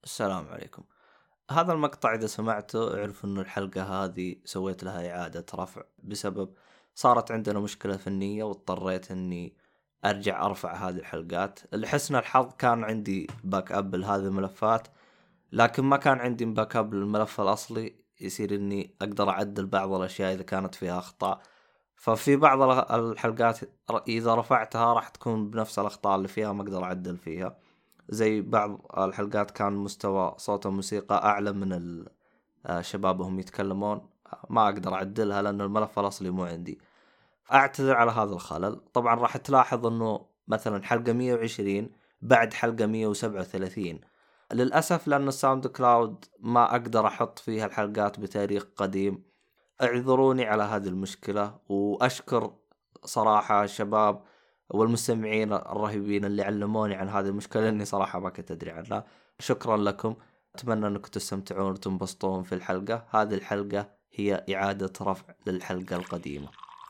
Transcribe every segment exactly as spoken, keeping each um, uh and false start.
السلام عليكم. هذا المقطع إذا سمعته اعرف أن الحلقة هذه سويت لها إعادة رفع بسبب صارت عندنا مشكلة فنية واضطريت أني أرجع أرفع هذه الحلقات. لحسن الحظ كان عندي باك أب لهذه الملفات، لكن ما كان عندي باك أب للملف الأصلي يصير أني أقدر أعدل بعض الأشياء إذا كانت فيها أخطاء. ففي بعض الحلقات إذا رفعتها راح تكون بنفس الأخطاء اللي فيها ما أقدر أعدل فيها. زي بعض الحلقات كان مستوى صوت الموسيقى أعلى من الشباب وهم يتكلمون، ما أقدر أعدلها لأن الملف الأصلي مو عندي. أعتذر على هذا الخلل. طبعا راح تلاحظ أنه مثلا حلقة مية وعشرين بعد حلقة مية وسبعة وثلاثين للأسف، لأن الساوند كلاود ما أقدر أحط فيها الحلقات بتاريخ قديم. اعذروني على هذه المشكلة، وأشكر صراحة الشباب والمستمعين الرهيبين اللي علموني عن هذه المشكلة اني صراحة ما كنت ادري عنها. شكرا لكم، اتمنى انكم تستمتعون وتنبسطون في الحلقة. هذه الحلقة هي اعادة رفع للحلقة القديمة.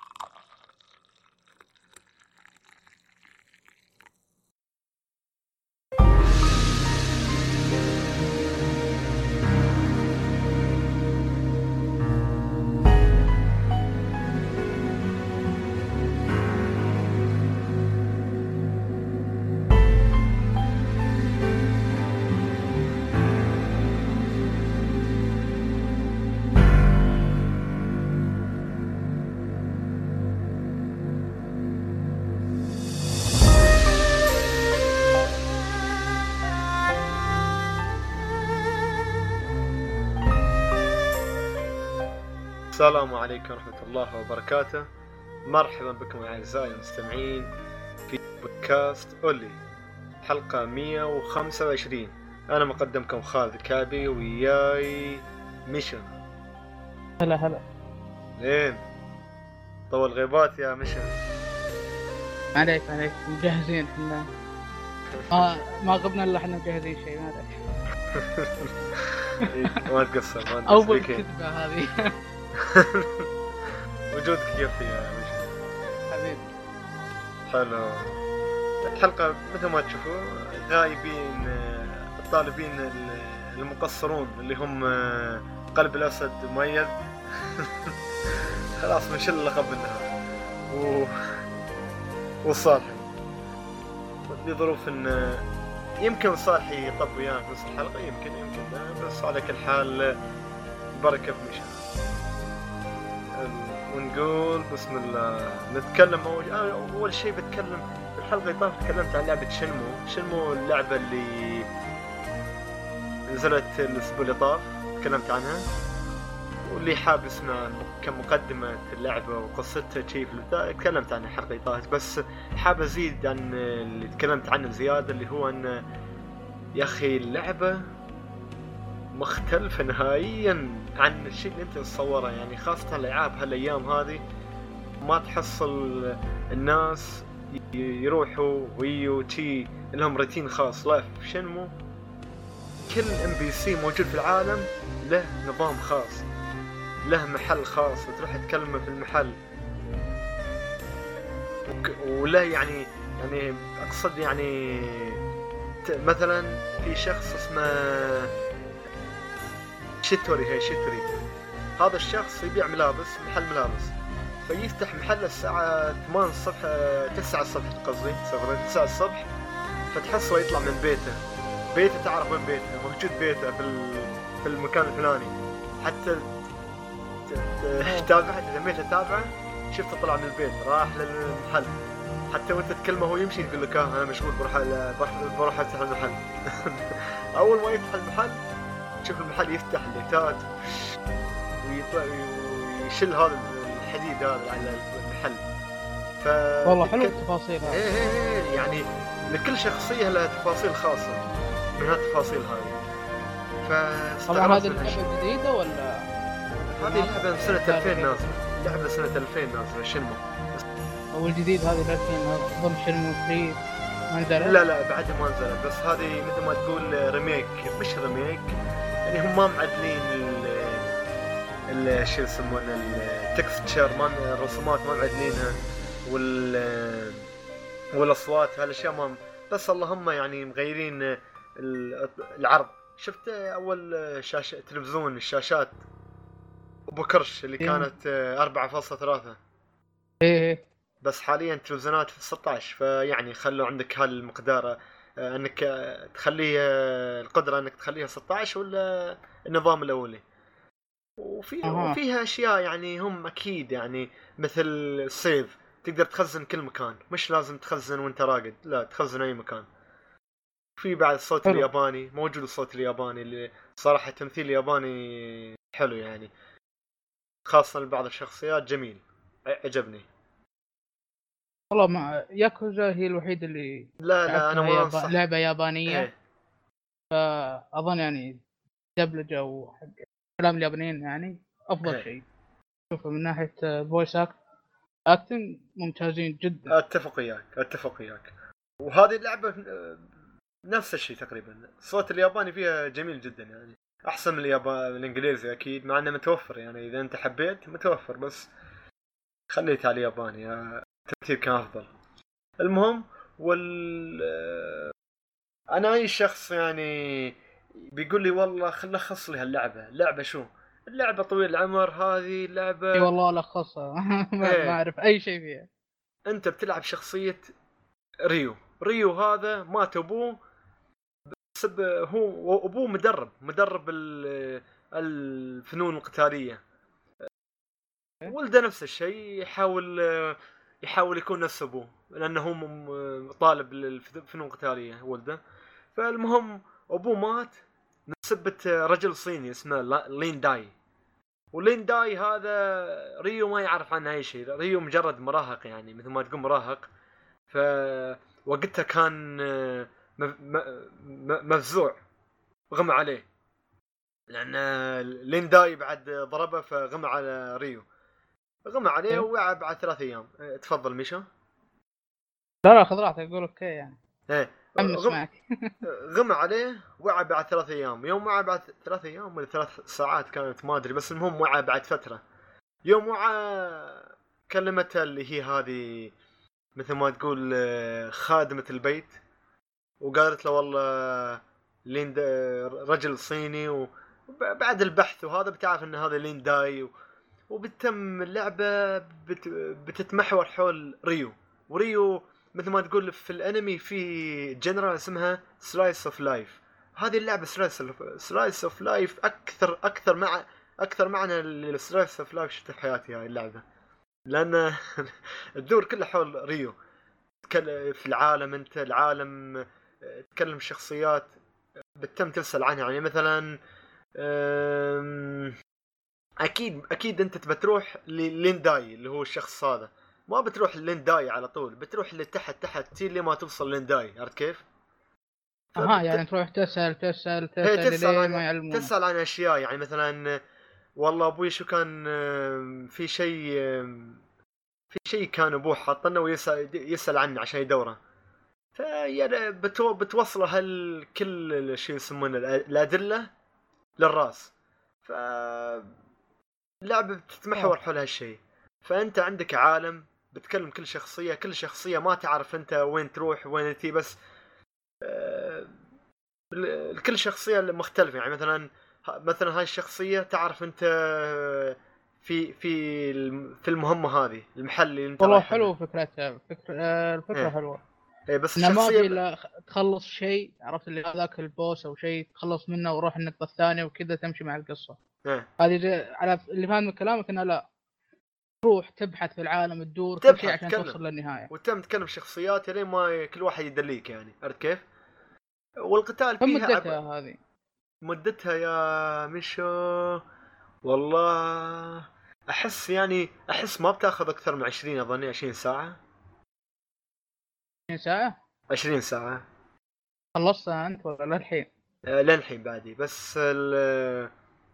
السلام عليكم ورحمة الله وبركاته. مرحبا بكم أعزائي المستمعين في بودكاست أولي حلقة مية وخمسة وعشرين. أنا مقدمكم خالد كابي وياي ميشن. هلا هلا. لين طول غيبات يا ميشن. عليك عليك مجهزين احنا. ما ما غبنا الا احنا مجهزين شيء ما عليك. ما تقصر ما تقصر. أول كذبة هذه. وجودك كيف يا ميشن حبيبي؟ حلو. الحلقة مثل ما تشوفوا غايبين الطالبين المقصرون اللي هم قلب الأسد مميز. خلاص بنشيل اللقب منها و... والصالحي لظروف ان يمكن الصالحي يطب ويانا في نص الحلقة، يمكن يمكن لا، بس على كل حال بركة بمشان. ونقول بسم الله. نتكلم أول, أول شيء بتكلم في الحلقة اللي طافت تكلمت عن لعبة شنمو. شنمو اللعبة اللي نزلت الأسبوع اللي طاف تكلمت عنها، واللي حاب يسمع كمقدمة اللعبة وقصتها شيء في البداية تكلمت عنها الحلقة اللي طافت. بس حاب أزيد عن اللي تكلمت عنه زيادة، اللي هو أن يا أخي اللعبة مختلفة نهائيا عن الشيء اللي انت تصوره، يعني خاصة الألعاب هالأيام هذه ما تحصل الناس يروحوا ويو تي لهم روتين خاص. لا، في شنمو كل ام بي سي موجود في العالم له نظام خاص، له محل خاص وتروح تكلمه في المحل، وله يعني يعني اقصد يعني مثلا في شخص اسمه شيتوري، هي شيتوري هذا الشخص يبيع ملابس، محل ملابس، فيفتح محل الساعة ثمانية الصبح تسعة الصبح قصدي تسعة الصبح، فتحصله يطلع من بيته. بيته تعرف وين بيته؟ موجود بيته في في المكان الفلاني. حتى تتابعه إذا ميت تتابعه شفته طلع من البيت راح للمحل، حتى وانت تكلمه هو يمشي يقول لك انا مشغول بروح بروح افتح المحل. اول ما يفتح المحل تشوف المحل يفتح الليتات ويشيل هذا الحديد هذا على المحل. ف والله حلو التفاصيل هذه. ايه ايه يعني لكل شخصيه لها تفاصيل خاصه من هالتفاصيل هذه. طبعا هذه اللعبه جديده ولا هذه اللعبه سنه ألفين نازله؟ لعبه سنه ألفين نازله شنمو. اول جديد هذه ألفين اظن شنمو ثلاثة ما نزل. لا لا بعد ما نزل، بس هذه مثل ما تقول ريميك، مش ريميك يعني هم ما معدلين ال شو يسمونه التكستشر، ما الرسومات ما معدلينها، وال والاصوات هالاشياء ما، بس اللهم يعني مغيرين العرض شفت اول شاشه تلفزيون الشاشات ابو كرش اللي إيه. كانت أربعة فاصلة ثلاثة ايه بس حاليا تلفزيونات ستة عشر، فيعني خلوا عندك هالمقدار آه، انك آه، تخليه آه، القدره انك تخليها ستة عشر ولا النظام الاولي. وفي اها وفيها اشياء يعني هم اكيد يعني مثل السيف، تقدر تخزن كل مكان، مش لازم تخزن وانت راقد، لا تخزن اي مكان. في بعد الصوت حلو. الياباني موجود، الصوت الياباني اللي صراحه التمثيل الياباني حلو يعني، خاصه لبعض الشخصيات جميل، ع- عجبني. والله ما ياكوزا هي الوحيدة اللي لا لا انا لعبتها ما يابا... انصح. لعبة يابانية. ايه أظن يعني دبلجة وحق كلام اليابانيين يعني أفضل ايه شيء. شوفه من ناحية فويس أكت أكتنج ممتازين جدا. اتفق وياك اتفق وياك. وهذه اللعبه آه، نفس الشيء تقريبا، الصوت الياباني فيها جميل جدا يعني، احسن من الياباني الانجليزي اكيد، مع انه متوفر يعني اذا انت حبيت متوفر، بس خليت على الياباني آه، التمثيل كان افضل. المهم وال آه، انا اي شخص يعني بيقول لي والله خل لخص لي هاللعبه، لعبه شو اللعبه طويل العمر هذه اي لعبه. والله لخصها. ما ما ايه اعرف اي شيء فيها. انت بتلعب شخصيه ريو. ريو هذا مات ابوه، سب هو ابوه مدرب مدرب ال- الفنون القتاليه، ولده نفس الشيء يحاول يحاول يكون نفس ابوه لانه هو م- طالب للفنون القتاليه ولده. فالمهم ابوه مات من سبة رجل صيني اسمه لا- لين داي. ولين داي هذا ريو ما يعرف عنه اي شيء، ريو مجرد مراهق يعني مثل ما تقول مراهق. ف وقتها كان م- م- م- مفزوع، غمى عليه لان لين داي بعد ضربه فغمى على ريو، غمى عليه إيه؟ ووعى بعد ثلاث ايام. اه، تفضل ميشو. لا لا خذ راحتك اقول اوكي يعني. ايه امس غم معك. غمى عليه وعى بعد ثلاث ايام. يوم وعى بعد ثلاث ايام ولا ثلاث ساعات كانت ما ادري، بس المهم وعى بعد فتره. يوم وعى كلمته اللي هي هذه مثل ما تقول اه، خادمه البيت، وقالت له والله لين دا- رجل صيني، وبعد البحث وهذا بتعرف ان هذا لين داي. وبتم اللعبة بت... بتتمحور حول ريو. وريو مثل ما تقول في الانمي في جنرال اسمها سلايس اوف لايف. هذه اللعبة سلايس سلايس اوف لايف اكثر اكثر مع اكثر معنى للسلايس اوف لايف شفت في حياتي هاي اللعبة، لان الدور كله حول ريو. تكلم في العالم، انت العالم تكلم شخصيات بتم تسأل عنها يعني مثلا أم... اكيد اكيد انت تبى تروح للينداي اللي هو الشخص هذا، ما بتروح للينداي على طول، بتروح لتحت تحت تي اللي ما توصل للينداي، عرفت كيف؟ اها يعني فبت... تروح تسال تسال هي تسال تسأل لين ما عن يعلمونك. تسأل عن اشياء يعني مثلا والله ابوي شو كان آم، في شيء آم، في شيء كان ابوه حاطنه ويسأل يسأل عنه عشان يدوره. فهي بتو... بتوصله هل كل شيء يسمونه الادله للراس. ف اللعبة بتتمحور آه. حول هالشيء. فأنت عندك عالم بتكلم كل شخصية، كل شخصية ما تعرف أنت وين تروح وين تي، بس آه، كل شخصية مختلفة يعني مثلا مثلا هاي الشخصية تعرف أنت في في في المهمة هذه المحل اللي أنت والله رايح له. حلو فكرتها فكرة آه، الفكرة إيه حلوة. إيه بس انه ما الشخصية في ب... الا خ- تخلص شيء عرفت اللي هذاك البوس او شيء تخلص منه وروح النقطة الثانية وكذا تمشي مع القصة. إيه هذه زي- على اللي فاهم من كلامك انه لا تروح تبحث في العالم تدور كل شيء تبحث عشان تكلم توصل للنهاية. وتم تكلم شخصيات لين ما كل واحد يدليك يعني، عرفت كيف؟ والقتال كم فيها عب... مدتها هذه؟ مدتها يا ميشو والله احس يعني احس ما بتاخذ اكثر من عشرين، اظني عشرين ساعة. عشرين ساعة؟ عشرين ساعة خلصتها انت ولا للحين؟ آه، للحين بعدي بس ال...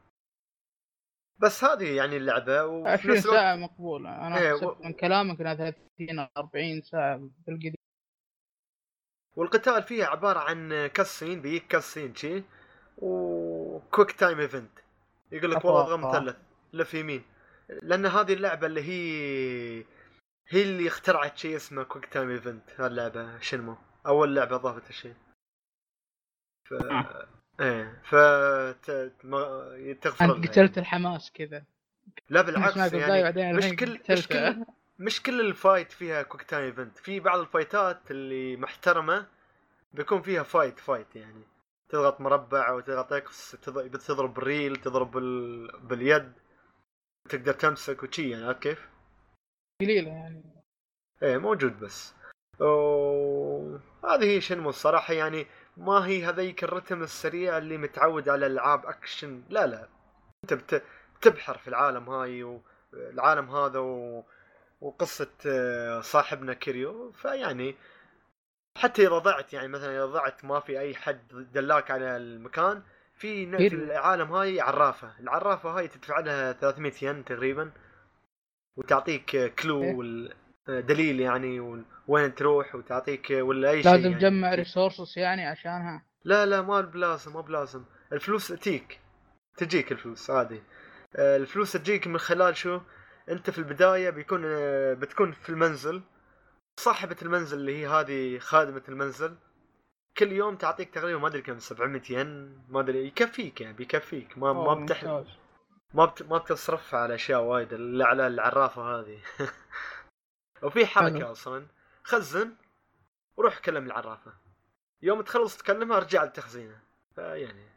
بس هذه يعني اللعبة وفي عشرين نفس ساعة الوقت مقبولة. انا ايه حسبت من و... كلامك انها ثلاثين أربعين ساعة بالقديم. والقتال فيها عبارة عن كاسين، بيجيك كاسين شي وكويك تايم ايفنت، يقول لك والله اضغط افا مثلث لف يمين، لان هذه اللعبة اللي هي هي اللي اخترعت شيء اسمه كويك تايم ايفنت. هاللعبة شنمو اول لعبة اضافت الشيء. ف... ايه ف تغفر انت لها قتلت يعني. الحماس كذا. لا مش بالعكس ناقص يعني بعدين مش الحين كل مش قتلته. كل مش كل الفايت فيها كويك تايم ايفنت. في بعض الفايتات اللي محترمه بيكون فيها فايت فايت يعني تضغط مربع او تضغط اكس، بتضرب بالريل، تضرب بال... باليد، تقدر تمسك وشي يعني. عارف كيف؟ قليله يعني. ايه موجود بس. و... هذه هي شنمو الصراحه يعني. ما هي هذيك الرتم السريع اللي متعود على العاب اكشن. لا لا، انت بت... بتبحر في العالم هاي والعالم هذا و... وقصة صاحبنا كيريو. فيعني حتى إذا ضعت يعني مثلا إذا ضعت ما في أي حد دلاك على المكان، في في كيريو. العالم هاي عرافة. العرافة هاي تدفع لها ثلاثمية ين تقريبا، وتعطيك كلو دليل يعني وين تروح، وتعطيك ولا أي شيء لازم يعني. تجمع ريسورسز يعني عشانها. لا لا ما بلازم ما بلازم. الفلوس تجيك تجيك الفلوس عادي. الفلوس تجيك من خلال شو؟ انت في البداية بيكون بتكون في المنزل، صاحبة المنزل اللي هي هذه خادمة المنزل كل يوم تعطيك تقريبا ما ادري كم سبعمية ين، ما ادري يكفيك يعني بيكفيك. ما ما اوه بتح ممتاز. ما بت... ما بتصرفها على اشياء وايد الا على العرافة هذه. وفي حلو. حركة اصلا، خزن وروح كلم العرافة، يوم تخلص تكلمها ارجع لتخزينه. فيعني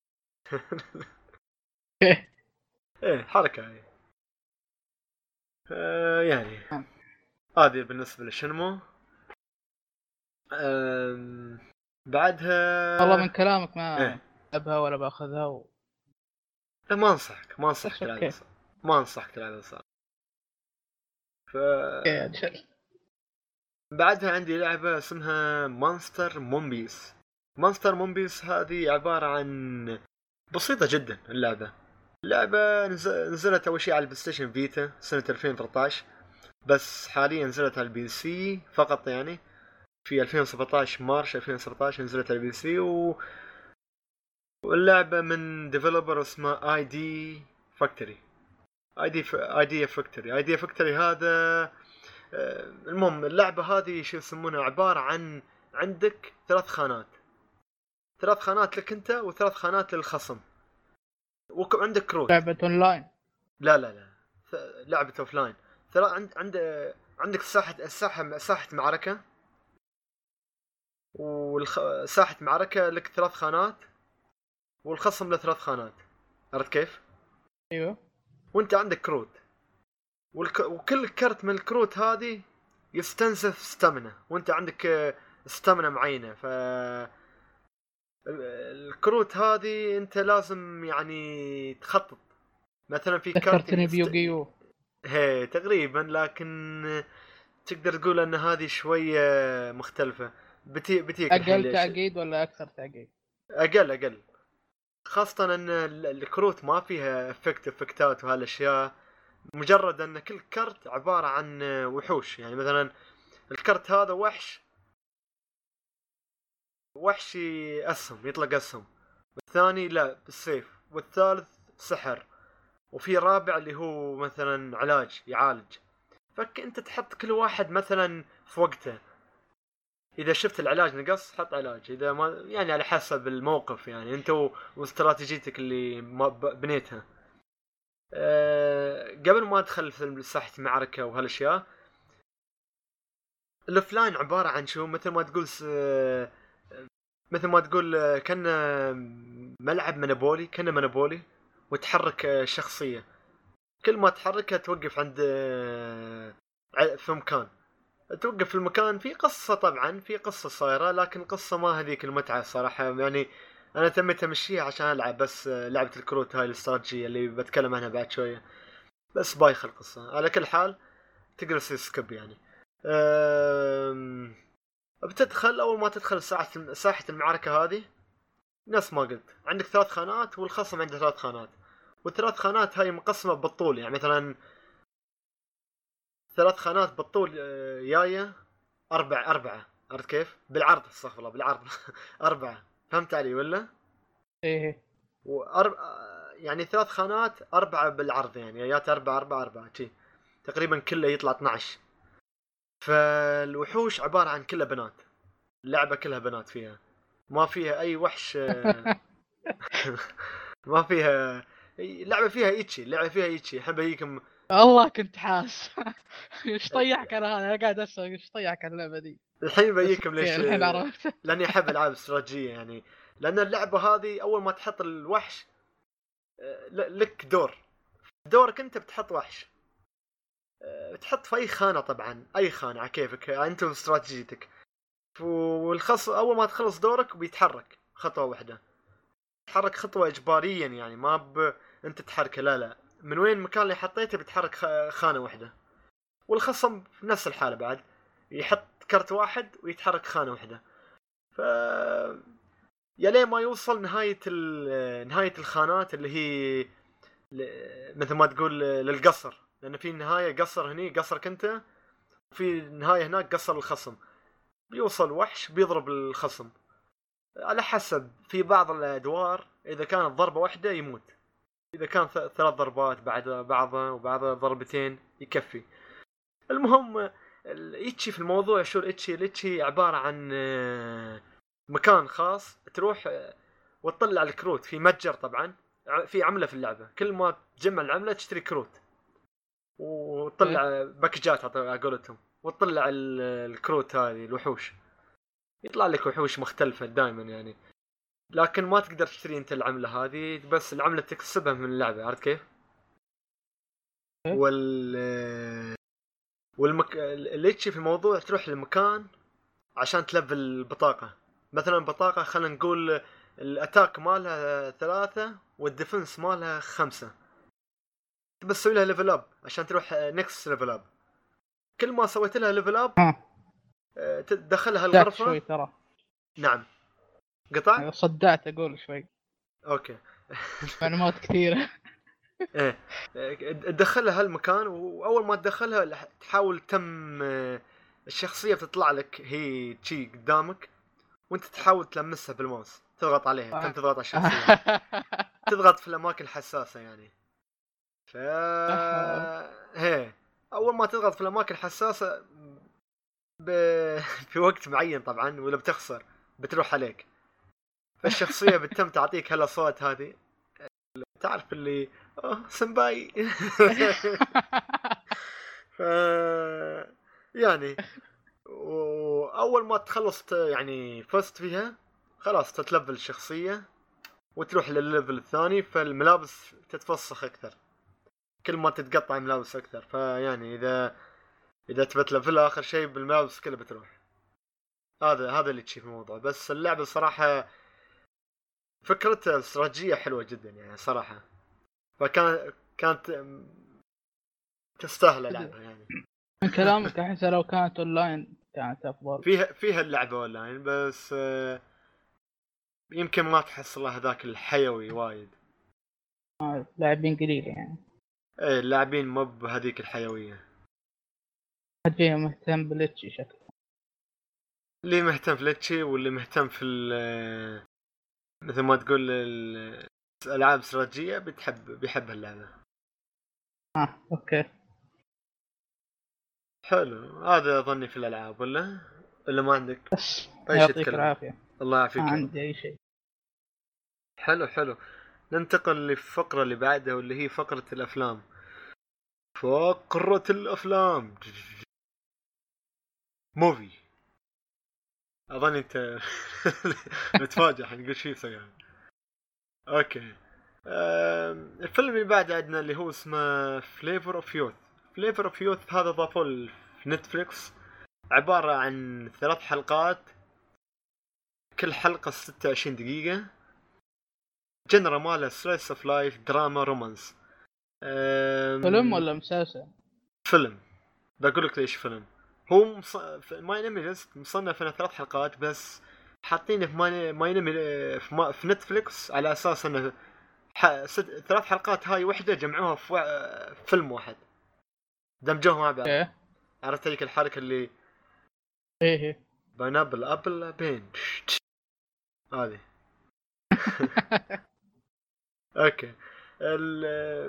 ايه حركة هاي. آه يعني هذه بالنسبة للشنمو. أم... بعدها والله من كلامك ما ايه ابها ولا باخذها و... لا ما انصحك ما انصحك بس تلعبها اوكي. صح. ما انصحك تلعبها صح. ف اوكي أدشل. بعدها عندي لعبة اسمها مونستر مومبيس. مونستر مومبيس هذه عبارة عن بسيطة جدا. اللعبة اللعبة نزلت أول شيء على البلاي ستيشن فيتا سنة ألفين وثلاثة عشر، بس حاليا نزلت على البي سي فقط يعني. في ألفين وسبعة عشر مارش ألفين وسبعة عشر نزلت على البي سي و... واللعبة من ديفلوبر اسمه اي دي فاكتوري. اي دي اي دي فاكتوري اي دي فاكتوري هذا. المهم اللعبة هذه شو يسمونها، عبارة عن عندك ثلاث خانات، ثلاث خانات لك انت وثلاث خانات للخصم، وعندك كروت. لعبة اونلاين؟ لا لا لا لعبة اوف لاين. عند عند عندك ساحة الساحة ساحة معركة، وساحة معركة لك ثلاث خانات، والخصم له ثلاث خانات. عرفت كيف؟ ايوه. وانت عندك كروت، والك... وكل كرت من الكروت هذه يستنزف ستامنا، وانت عندك ستامنا معينه. ف الكروت هذه انت لازم يعني تخطط. مثلا في كارت ذكرتني يست... بيوغيو. هي تقريبا، لكن تقدر تقول ان هذه شويه مختلفه. بتي بتيك اقل تعقيد ولا اكثر تعقيد؟ اقل اقل، خاصه ان الكروت ما فيها افكت افكتات وهالاشياء. مجرد ان كل كرت عبارة عن وحوش. يعني مثلا الكرت هذا وحش وحشي اسهم يطلق اسهم، والثاني لا بالسيف، والثالث سحر، وفي رابع اللي هو مثلا علاج يعالج. فانت تحط كل واحد مثلا في وقته. اذا شفت العلاج نقص حط علاج، اذا ما يعني على حسب الموقف يعني انت واستراتيجيتك اللي بنيتها. أه قبل ما ادخل في ساحة المعركة وهالاشياء، الاوفلاين عبارة عن شو؟ مثل ما تقول س... مثل ما تقول كان ملعب منابولي، كان منابولي وتحرك شخصية، كل ما تحركها توقف عند في مكان، توقف في المكان. في قصة طبعا، في قصة صايرة، لكن القصة ما هذيك المتعة صراحة يعني. انا تميت امشيها عشان العب بس لعبة الكروت هاي الاستراتيجية اللي بتكلم عنها بعد شوية، بس بايخ القصة. على كل حال تقدر سكيب يعني. أم... بتدخل اول ما تدخل ساحة ساحة المعركة هذه، نفس ما قلت عندك ثلاث خانات والخصم عنده ثلاث خانات، والثلاث خانات هاي مقسمة بالطول. يعني مثلا ثلاث خانات بالطول جاية أربع أربعة. عرفت كيف؟ بالعرض استغفر الله بالعرض. أربعة. فهمت علي ولا؟ ايه. وأربع يعني ثلاث خانات أربعة بالعرض، يعني جات أربعة أربعة أربعة شي تقريبا كله يطلع اثنا عشر. فالوحوش عبارة عن كلها بنات، اللعبة كلها بنات فيها، ما فيها أي وحش. ما فيها لعبه فيها ايتشي، لعبه فيها ايتشي. احب اجيكم والله كنت حاس ايش طيحك انا هذا، انا قاعد اسال ايش طيحك اللعبه دي. الحين بس بجيكم ليش. أوكي، الحين عرفت. لاني احب العاب استراتيجيه يعني. لان اللعبه هذه اول ما تحط الوحش آه، ل- لك دور، دورك انت بتحط وحش، آه، تحط في اي خانه، طبعا اي خانه على كيفك انت واستراتيجيتك. والخص اول ما تخلص دورك بيتحرك خطوه واحده، تحرك خطوه اجباريا يعني، ما ب... انت تحركه، لا لا، من وين المكان اللي حطيته بيتحرك خ... خانه واحده. والخصم في نفس الحاله بعد يحط كرت واحد ويتحرك خانه واحده. ف يا لين ما يوصل نهايه ال... نهايه الخانات اللي هي ل... مثل ما تقول للقصر، لان في نهايه قصر هني قصرك انت، وفي نهايه هناك قصر الخصم. بيوصل وحش بيضرب الخصم على حسب، في بعض الادوار اذا كانت ضربه واحده يموت، اذا كان ث- ثلاث ضربات بعد بعضها وبعضها ضربتين يكفي. المهم الاتشي في الموضوع شو الاتشي؟ الاتشي عباره عن آه، مكان خاص تروح آه، وتطلع الكروت في متجر. طبعا ع- في عمله في اللعبه، كل ما تجمع العمله تشتري كروت وتطلع باكجات على قولتهم، وتطلع ال- الكروت هذه الوحوش، يطلع لك وحوش مختلفه دائما يعني. لكن ما تقدر تشتري انت العمله هذه، بس العمله تكسبها من اللعبه، عرفت كيف؟ وال والمك... اللي تشي في الموضوع تروح لمكان عشان تلفل البطاقه. مثلا بطاقه خلينا نقول الاتاك مالها ثلاثة والديفنس مالها خمسة، بس تسوي لها ليفل اب عشان تروح نكست ليفل اب. كل ما سويت لها ليفل اب ها تدخلها صدعت الغرفه. شوي ترى، نعم قطع. صدعت اقول شوي اوكي. معلومات كثيره. ايه تدخلها هالمكان، واول ما تدخلها تحاول تم الشخصيه بتطلع لك هي شي قدامك، وانت تحاول تلمسها بالماوس، تضغط عليها، تم تضغط على الشخصيه، تضغط في الاماكن الحساسه يعني. ف هي اول ما تضغط في الاماكن الحساسه ب... في وقت معين طبعا، ولا بتخسر بتروح عليك. فالشخصيه بتتم تعطيك هالاصوات هذه، تعرف اللي اه سمباي. ف يعني واول ما تخلص يعني فزت فيها خلاص تتلفل الشخصيه وتروح للليفل الثاني، فالملابس تتفسخ اكثر، كل ما تتقطع ملابس اكثر. فيعني اذا اذا تبى تلفلها اخر شيء بالملابس كلها بتروح. هذا هذا اللي تشوف الموضوع. بس اللعبه صراحه فكرتها استراتيجيه حلوه جدا يعني صراحه، فكان كانت تستاهل العبها يعني. من كلامك احس لو كانت اونلاين كانت افضل. فيها فيها اللعبه اونلاين، بس آه، يمكن ما تحصل هذاك الحيوي وايد. آه، لاعبين قليل يعني، ايه اللاعبين مو بهذيك الحيويه. حد فيهم مهتم بالتشي شكله. اللي مهتم في لتشي واللي مهتم في ال- مثل ما تقول ال- الالعاب الاستراتيجيه بتحب بيحب اللعبه. اه اوكي. حلو. هذا ظني في الالعاب، ولا ولا ما عندك بس اي شيء يعطيك تتكلم؟ العافيه، الله يعافيك ما يا رب. عندي اي شيء. حلو حلو. ننتقل للفقره اللي بعدها، واللي هي فقره الافلام. فقره الافلام موفي. اظن انت متفاجئ حنقول شيء سوي. اوكي. أم، الفيلم اللي بعد عندنا اللي هو اسمه فليفر اوف يوث. فليفر اوف يوث هذا ضافوه في نتفليكس، عبارة عن ثلاث حلقات، كل حلقة ستة وعشرين دقيقة. جنرا ماله سلايس اوف لايف، دراما، رومانس. فيلم ولا مسلسل؟ فيلم. بقول لك ليش فيلم. هو مص... ماي نيم ليست مصنف انه ثلاث حلقات بس، حاطينه في ماي ماي نيم في, ما... في نتفليكس على اساس انه ح... ست... ثلاث حلقات هاي وحده جمعوها في و... فيلم واحد، دمجوهم مع بعض. ايه عرفت هيك الحركه اللي ايه ايه. بينابل ابل بين هذه. اوكي. ال...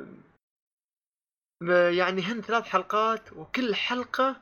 يعني هن ثلاث حلقات، وكل حلقه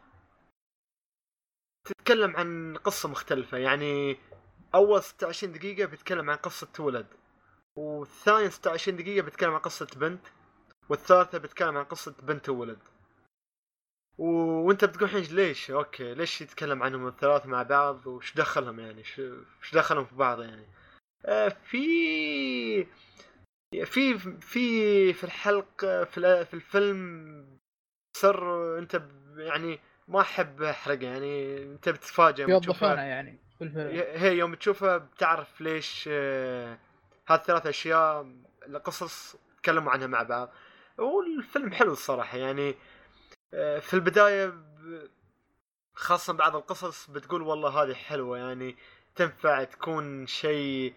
تتكلم عن قصه مختلفه يعني. اول ستة وعشرين دقيقه بيتكلم عن قصه ولد، والثاني ستة وعشرين دقيقة بتكلم عن قصة بنت، والثالثة بتكلم عن قصة بنت وولد. و... وانت بتقول حين ليش اوكي ليش يتكلم عنهم الثلاثة مع بعض وش دخلهم يعني وش دخلهم في بعض يعني. آه في في في في الحلقة في في الفيلم سر انت ب... يعني ما احب احرق يعني انت بتتفاجئ يوم يوضحونها يعني في الفيلم. هي يوم تشوفها بتعرف ليش آه هالثلاث اشياء القصص تكلموا عنها مع بعض. والفيلم حلو الصراحة يعني. في البداية خاصة بعض القصص بتقول والله هذه حلوة يعني تنفع تكون شيء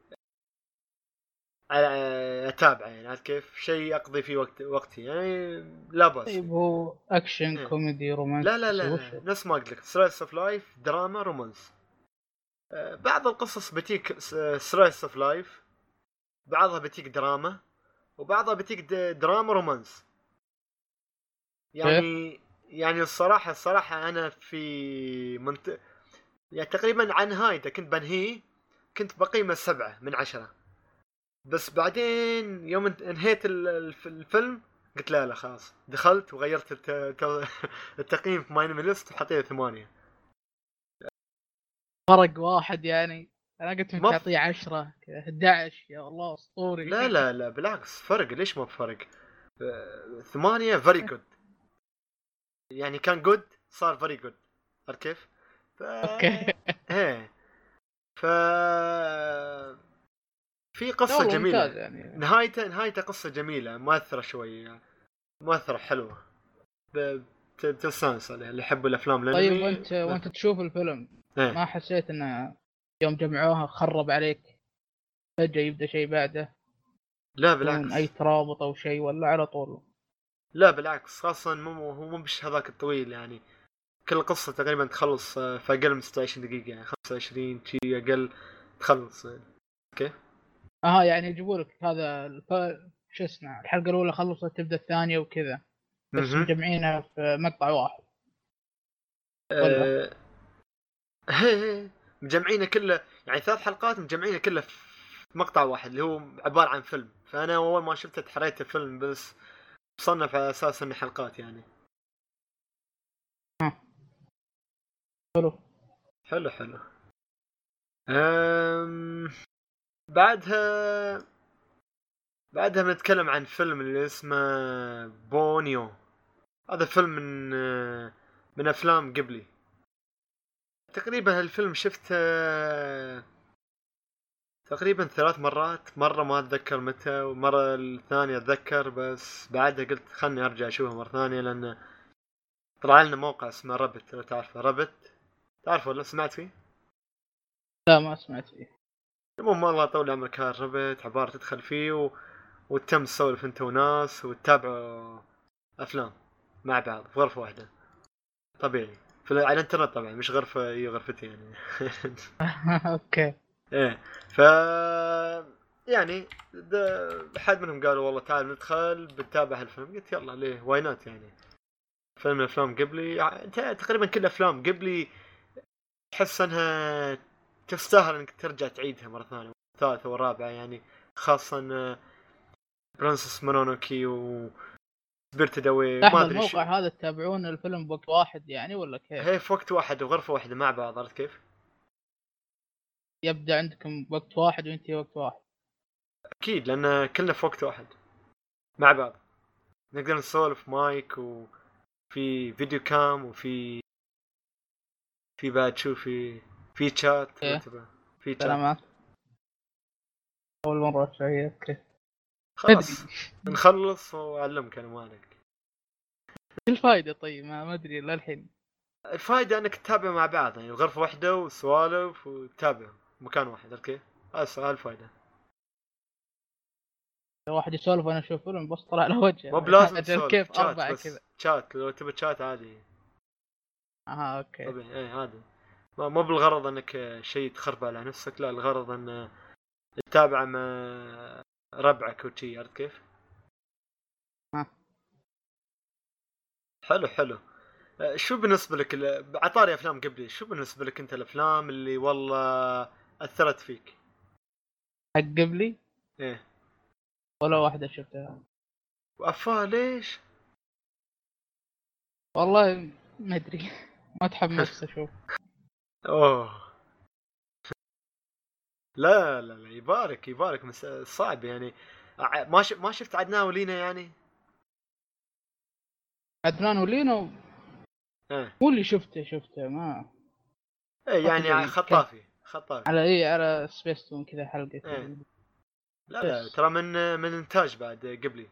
أتابعه يعني عاد كيف شيء أقضي فيه وقت وقتي يعني لا بأس. طيب هو أكشن إيه. كوميدي رومانسي؟ لا لا لا, لا. نفس ما قلت لك سلايس اوف لايف دراما رومانس. بعض القصص بتيك سلايس اوف لايف، بعضها بتيك دراما، وبعضها بتيك دراما رومانس يعني. يعني الصراحة الصراحة أنا في منطقة يعني تقريبا عن نهايته كنت بنهي كنت بقيمة سبعة من عشرة، بس بعدين يوم انهيت الفيلم قلت لا لا خلاص دخلت وغيرت التقييم في ماين ليست وحطيته ثمانية. فرق واحد يعني. أنا قلت ما تعطيه عشرة أحد عشر يا الله أسطوري. لا لا لا بالعكس فرق ليش ما بفرق. ثمانية very good يعني كان good صار very good عارف كيف. ف... اوكي. ايه ف في قصة جميلة يعني. نهايته نهايته قصة جميلة مؤثرة شوية مؤثرة حلوة بتستانس عليها اللي يحبوا الأفلام الأنمي. طيب وانت وانت تشوف الفيلم ايه. ما حسيت انه يوم جمعوها خرب عليك فجأة يبدأ شيء بعده؟ لا بالعكس اي ترابط او شيء ولا على طول؟ لا بالعكس خاصة مو هو مو بش هذاك الطويل يعني كل قصة تقريبا تخلص في أقل من ستة وعشرين دقيقة يعني خمسة وعشرين شيء أقل تخلص يعني. اوكي اه يعني يجيبوا لك هذا الف... شو اسمه الحلقة الأولى خلصت تبدأ الثانية وكذا بس م-م. مجمعينها في مقطع واحد. أه... هي مجمعينه كله يعني ثلاث حلقات مجمعينه كله في مقطع واحد اللي هو عبارة عن فيلم. فأنا أول ما شفته تحريت الفيلم بس صنف على أساس إنه حلقات يعني. ها. حلو حلو حلو. أم... بعدها بعدها بنتكلم عن فيلم اللي اسمه بونيو. هذا فيلم من من أفلام قبلي تقريبا. هالفيلم شفته تقريبا ثلاث مرات. مرة ما أتذكر متى ومرة الثانية أتذكر بس بعدها قلت خلني أرجع أشوفه مرة ثانية لأن طلع لنا موقع اسمه رابت لو تعرفه. رابت تعرفه ولا سمعت فيه؟ لا ما سمعت فيه. المهم والله طول عمرك هالرابت عبارة تدخل فيه و... وتم تسولف انت وناس وتتابعوا أفلام مع بعض في غرفة واحدة طبيعي في على الانترنت طبعا مش غرفة اي غرفتي يعني. اوكي ايه ف يعني حد منهم قالوا والله تعال ندخل بنتابع هالفيلم. قلت يلا ليه واي نوت يعني. فيلم الافلام قبلي انت تقريبا كل افلام قبلي تحس انها تستاهل انك ترجع تعيدها مرة ثانية والثالثة والرابعة يعني. خاصة برنسس مونونوكي و سبيرت داوي ما ادري الموقع هذا تتابعون الفيلم بوقت واحد يعني ولا كيف؟ هي في وقت واحد وغرفة واحدة مع بعض عرفت كيف؟ يبدأ عندكم وقت واحد وانتي وقت واحد؟ اكيد لان كلنا في وقت واحد مع بعض نقدر نسولف مايك وفي فيديو كام وفي في بعد شو في في شات إيه؟ في شات. سلامات. اول مرة شيء اوكي خلاص نخلص واعلمك انا مالك. الفائدة طيب ما ادري للحين. الفائدة انك تتابع مع بعض يعني غرفة واحدة وسوالف وتتابع مكان واحد اوكي هذا الفائدة. واحد يسولف وانا اشوف فيلم بس طلع له وجه مو بلازم تسولف كيف شات اربعة بس كذا شات لو تبي شات عادي. اها اوكي طبيعي ايه عادي ما مو بالغرض انك شيء تخرب على نفسك لا الغرض ان تتابع مع ربعك وشي عرفت كيف. ها. حلو حلو. شو بالنسبة لك عطاري أفلام قبلي شو بالنسبة لك أنت الأفلام اللي والله أثرت فيك؟ حق قبلي ايه ولا واحدة شفتها. وافا ليش؟ والله ما ادري ما تحمست اشوف. اوه لا لا لا يبارك يبارك مس... صعب يعني. ع- ما ش... ما شفت عدنان ولينا يعني. عدنان ولينا ايه هو اللي شفته شفته ما ايه أعتقد يعني كان خطافي خطافي. على ايه على سبيستون كذا حلقة ايه كذا لا لا بس. ترى من من انتاج بعد قبلي.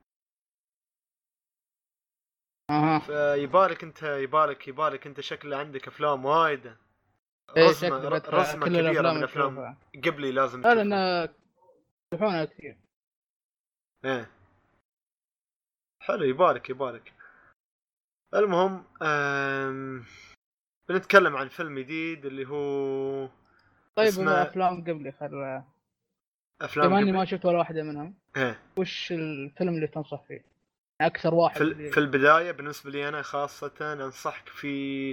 اها فيبالك انت يبالك يبالك انت شكل عندك افلام وايد. ايه رزمه شكلي ر- بدفع رزمه كل كبيره الافلام من افلام اشوفها. قبلي لازم لا تشوفها. لان يفتحونها كثير. ايه حلو يبارك يبارك. المهم أم... بنتكلم عن فيلم جديد اللي هو طيب اسمه افلام قبلي خل افلام بما اني ما قبلي. شفت ولا واحدة منهم، ايه وش الفيلم اللي تنصح فيه؟ اكثر واحد في ال- في اللي البدايه بالنسبه لي انا خاصه انصحك في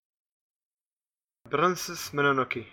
برنسس مونونوكي.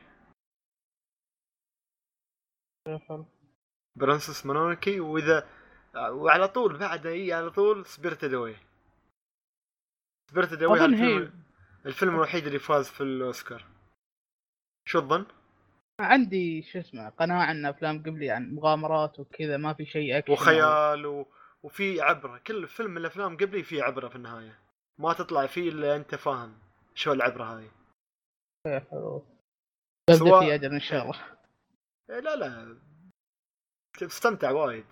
حلو. برنسس مونونوكي واذا وعلى طول بعد اي على طول سبيرت دوي. سبيرت دوي اظن هي هالفيلم الفيلم الوحيد اللي فاز في الاوسكار. شو الظن؟ عندي شو اسمه قناعة ان افلام قبلي عن مغامرات وكذا، ما في شيء اكشن او وخيال و... وفي عبره. كل فيلم من الافلام قبلي فيه عبره في النهايه. ما تطلع فيه الا انت فاهم شو العبره هاي. حلو. ببدأ فيه سواء اجل ان شاء إيه. الله. إيه لا لا تستمتع وايد.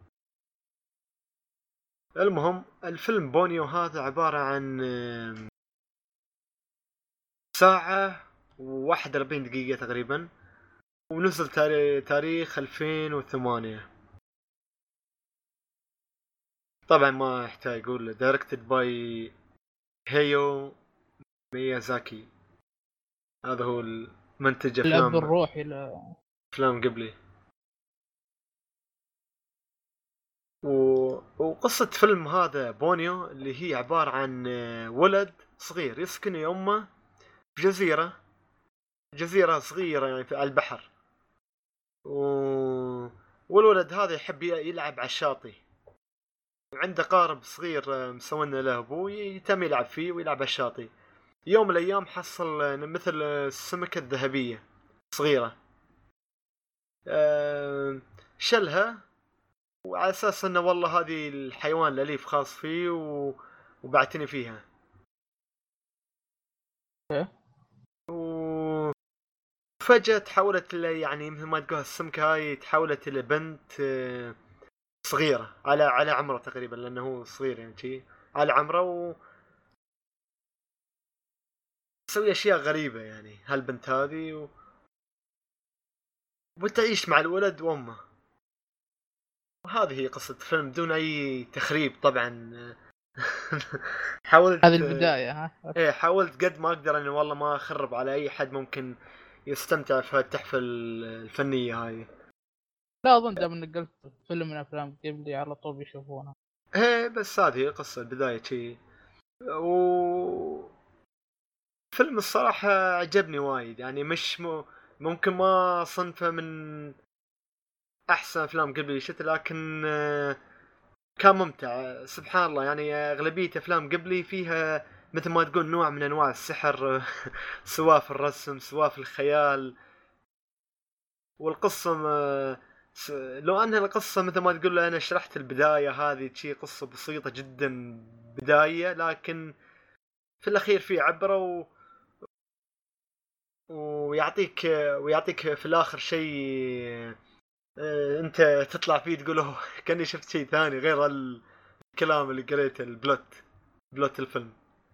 المهم الفيلم بونيو هذا عبارة عن آم، ساعة وواحد وأربعين دقيقة تقريبا. ونزل تاري- تاريخ ألفين وثمانية. طبعا ما يحتاج اقول دايركتد باي هيو ميازاكي. هذا هو المنتج الاب افلام الروحي ل... افلام قبلي. و... وقصة فيلم هذا بونيو اللي هي عبارة عن آه، ولد صغير يسكن يمه في جزيرة. جزيرة صغيرة يعني على البحر. و... والولد هذا يحب يلعب على الشاطئ. وعنده قارب صغير آه، مسوينا له ابوه يتم يلعب فيه ويلعب على الشاطئ. يوم من الايام حصل آه، مثل آه، السمكة الذهبية صغيرة. آه، شلها وعلى اساس انه والله هذه الحيوان الاليف خاص فيه و... وبعتني فيها. إيه؟ وفجأة تحولت ل- يعني مثل ما تقول السمكة هاي تحولت إلى بنت آه، صغيرة على على عمره تقريبا لأنه هو صغير يعني شي على عمره و تسوي أشياء غريبة يعني هالبنت هذه و... وتعيش مع الولد وأمه. وهذه هي قصة الفيلم بدون أي تخريب طبعا. هذه حاولت البداية ها. ايه حاولت قد ما اقدر اني والله ما اخرب على اي حد ممكن يستمتع في التحفة الفنية هاي. لا اظن دام انك قلت فيلم من افلام قبلي على طول بيشوفونه. ايه بس هذه قصة البداية شي. و فيلم الصراحة عجبني وايد يعني مش م... ممكن ما صنفه من احسن افلام قبلي شت لكن آه، كان ممتع سبحان الله يعني. اغلبية افلام قبلي فيها مثل ما تقول نوع من انواع السحر. سواء في الرسم سواء في الخيال. والقصة ما س- لو انها القصة مثل ما تقول انا شرحت البداية هذه شي قصة بسيطة جدا بداية لكن في الاخير في عبرة و... ويعطيك ويعطيك في الاخر شيء آه، انت تطلع فيه تقول اوه كاني شفت شيء ثاني غير الكلام اللي قريته البلوت بلوت الفيلم.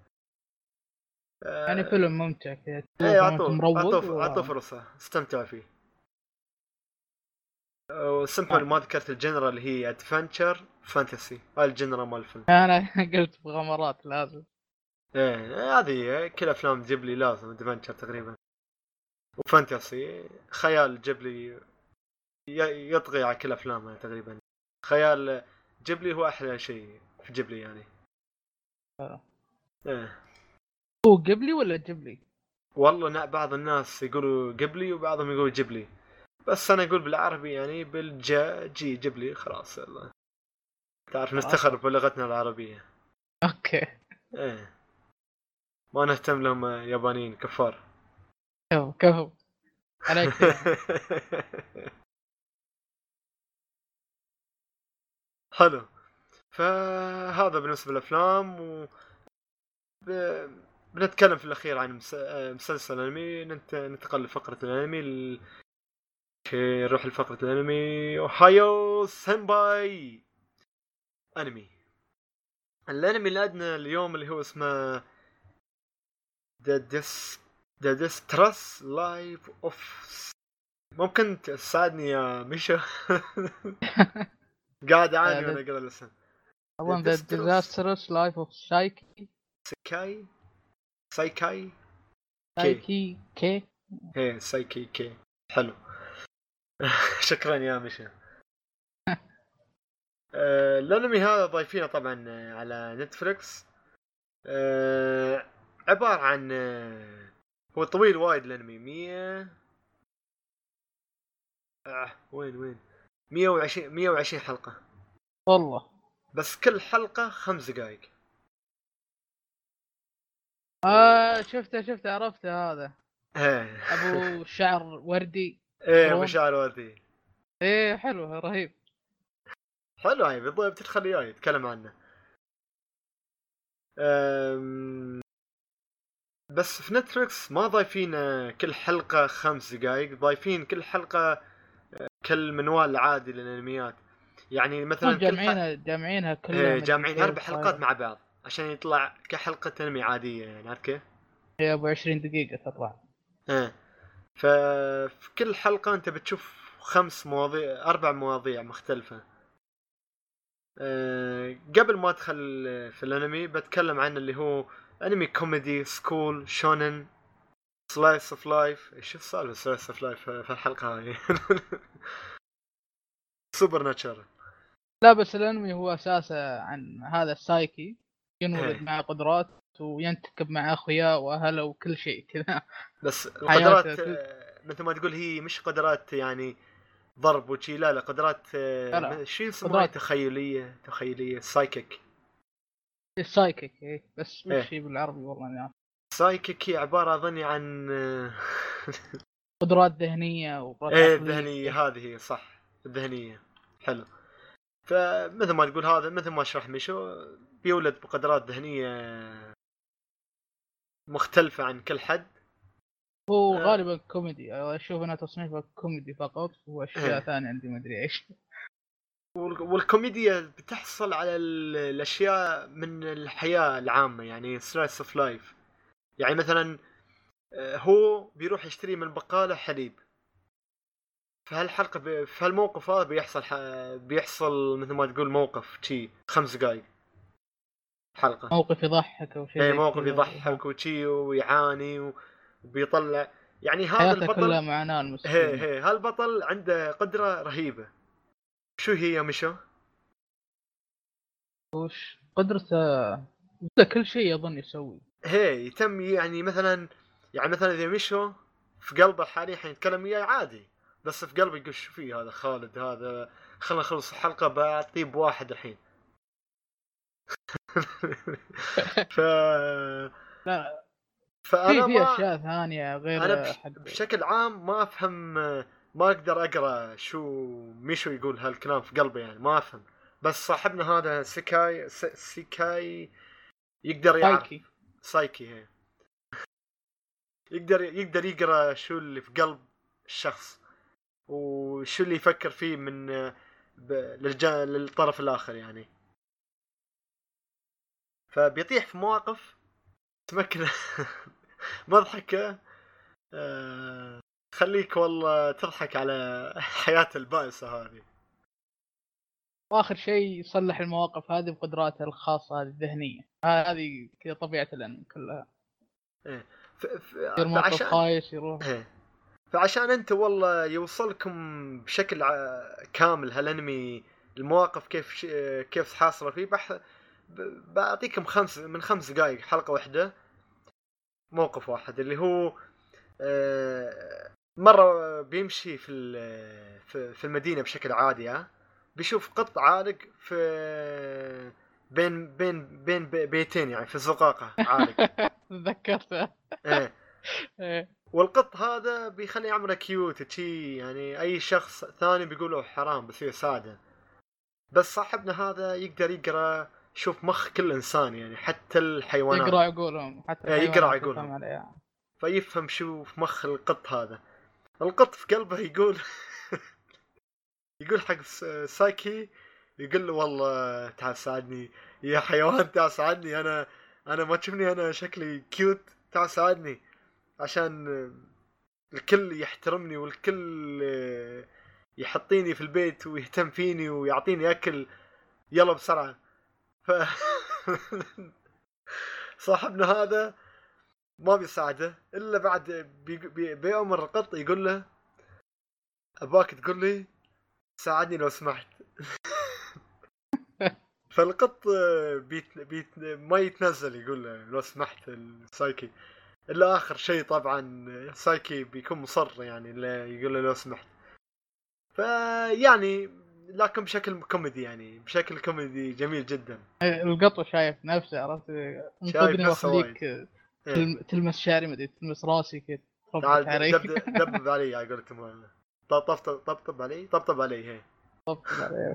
يعني آه، فيلم ممتع كذا ايه تشوفه وانت اعطوه مروق اعطوه و... اعطوه فرصة استمتع فيه. وسمبل آه. ما ذكرت الجنرال اللي هي ادفنتشر فانتسي هاي الجنرال مال الفيلم. انا قلت مغامرات لازم. ايه هذه كل افلام جيبلي لازم ادفنتشر تقريبا. وفانتسي خيال جيبلي ي- يطغي على كل افلامها تقريبا. خيال جيبلي هو احلى شيء في جيبلي يعني. آه. ايه هو قبلي ولا جبلي؟ والله نا- بعض الناس يقولوا قبلي وبعضهم يقولوا جيبلي. بس انا اقول بالعربي يعني بالجا جي جيب لي خلاص يلا تعرف خلاص. نستخرب بلغتنا العربية. اوكي ايه ما نهتم لهم يابانيين كفار. كفو كفو عليك فيهم. حلو. فهذا بالنسبة للأفلام و ب... بنتكلم في الأخير عن مس... مسلسل أنمي. ننت... ننتقل لفقرة الأنمي ال... نروح لفقرة الأنمي. أوهايو سينباي أنمي. الأنمي اللي عندنا اليوم اللي هو اسمه The Dis The Distress Life of. ممكن تساعدني يا ميشا؟ قاعد أعاني وأنا أقرأ الاسم. اظن The Disastrous Life of Saiki سايكاي سايكاي سايكي كي. ايه سايكي كي. حلو. شكرا يا ميشا. آه، الانمي هذا ضايفينه طبعا على نتفليكس. آه، عبارة عن آه، هو طويل وايد الانمي مية آه، وين وين مية وعشرين مية وعشرين حلقة والله بس كل حلقة خمس دقائق. آه شفته شفته عرفته هذا ايه ابو شعر وردي. ايه برون. مشاعر وردي. ايه حلو رهيب. حلو هاي بالضبط بتدخل وياي يتكلم عنه. أم... بس في نتفلكس ما ضايفين كل حلقة خمس دقائق. ضايفين كل حلقة كالمنوال العادي للانميات. يعني مثلا كل جامعينها ح... جامعينها كلها ايه مدري جامعين كيف. اربع حلقات مع بعض عشان يطلع كحلقة انمي عادية يعني عارف كيف؟ هي ابو عشرين دقيقة تطلع. ايه ففي كل حلقة انت بتشوف خمس مواضيع اربع مواضيع مختلفة. أه... قبل ما ادخل في الانمي بتكلم عن اللي هو انمي كوميدي سكول شونن سلايس اوف لايف. ايش السالفه سلايس اوف لايف في الحلقه هذه؟ سوبر ناتشر. لا بس الانمي هو اساسه عن هذا السايكي ينولد مع قدرات وينتكب مع اخوياه واهله وكل شيء كذا. بس حياته القدرات كل- آه، مثل ما تقول هي مش قدرات يعني ضرب وشي. لا لا قدرات لا لا آه، شو اسمها قدرات تخيليه تخيليه سايكيك. السايكيك. ايه بس وش ايه هي بالعربي والله ما أعرف. سايكيك هي عباره اظني عن آه، قدرات ذهنيه وقدرات ايه عقليه. الذهنيه. هذه هي صح الذهنيه. حلو. فمثل ما تقول هذا مثل ما شرح ميشو بيولد بقدرات ذهنيه مختلفه عن كل حد. هو آه. غالبا كوميدي. اشوف انا تصنيفه كوميدي فقط واشياء إيه. ثانيه عندي ما ادري ايش. وال- والكوميديا بتحصل على ال- الاشياء من الحياه العامه يعني سلايس اوف لايف. يعني مثلا آه، هو بيروح يشتري من البقاله حليب. في هالحلقه ب... في هالموقف هذا بيحصل ح... بيحصل مثل ما تقول موقف شي خمس دقائق حلقه. موقف يضحك او شيء اي زي موقف كذا. يضحك وشي ويعاني و- وبيطلع يعني هذا حياته كلها البطل. معاناه هي المسكين. هي هالبطل عنده قدره رهيبه. شو هي يا مشو؟ وش قدرته؟ عنده كل شيء اظن يسوي. هي يتم يعني مثلا يعني مثلا اذا مشوا في قلبه حاليا حيتكلم وياي عادي. بس في قلبه يقول شو فيه هذا خالد هذا خلنا نخلص الحلقه بعطيه بواحد الحين. ف لا فانا في في ما اشياء ثانيه غير انا بش... حق. بشكل عام ما افهم. ما اقدر اقرا شو ميشو يقول هالكلام في قلبه يعني ما افهم. بس صاحبنا هذا سيكاي س... سيكاي يقدر يعرف. سايكي. سايكي هي يقدر يقدر يقرا شو اللي في قلب الشخص وشو اللي يفكر فيه من ب... للج... للطرف الاخر يعني. فبيطيح في مواقف تمكن مضحكه. آه... خليك والله تضحك على حياة البائسة هذه. واخر شيء يصلح المواقف هذه بقدراته الخاصه هذه الذهنيه. هذه كذا طبيعه الانمي كلها. إيه. ف... ف... يصير موقف فعشان خايس يروح. إيه. فعشان انت والله يوصلكم بشكل ع... كامل هالانمي المواقف كيف ش... كيف حاصله فيه بح... ب... بعطيكم خمس من خمس دقائق حلقة واحدة موقف واحد اللي هو آه... مرة بيمشي في في المدينة بشكل عادي، ها بيشوف قط عالق في بين بين بين بيتين يعني في الزقاقة عالق. تذكرته. ايه والقط هذا بيخلي عمره كيوت تشي، يعني اي شخص ثاني بيقوله حرام بس يساعده. بس صاحبنا هذا يقدر يقرا شوف مخ كل انسان، يعني حتى الحيوانات يقرا عقولهم، حتى ايه الحيوانات يقرا عقولهم، فيفهم شو في مخ القط هذا. القط في قلبه يقول يقول حق سايكي، يقول له والله تعال ساعدني يا حيوان، تعال ساعدني، انا انا ما تشوفني انا شكلي كيوت، تعال ساعدني عشان الكل يحترمني والكل يحطيني في البيت ويهتم فيني ويعطيني اكل، يلا بسرعة. ف صاحبنا هذا ما بيساعده الا بعد بي... بي... بيأمر القط يقول له اباك تقول لي ساعدني لو سمحت. فالقط بيت... بيت... ما يتنزل يقول له لو سمحت السايكي الا اخر شيء. طبعا سايكي بيكون مصر يعني يقول له لو سمحت. فيعني لكن بشكل كوميدي، يعني بشكل كوميدي جميل جدا. القط شايف نفسه، عرفت، انقذني واخليك إيه. تلمس شعري، مدري تلمس راسي كذا، تعال دب دبب علي على قولتهم، طبطب طبطب علي طبطب علي هي طبطب علي.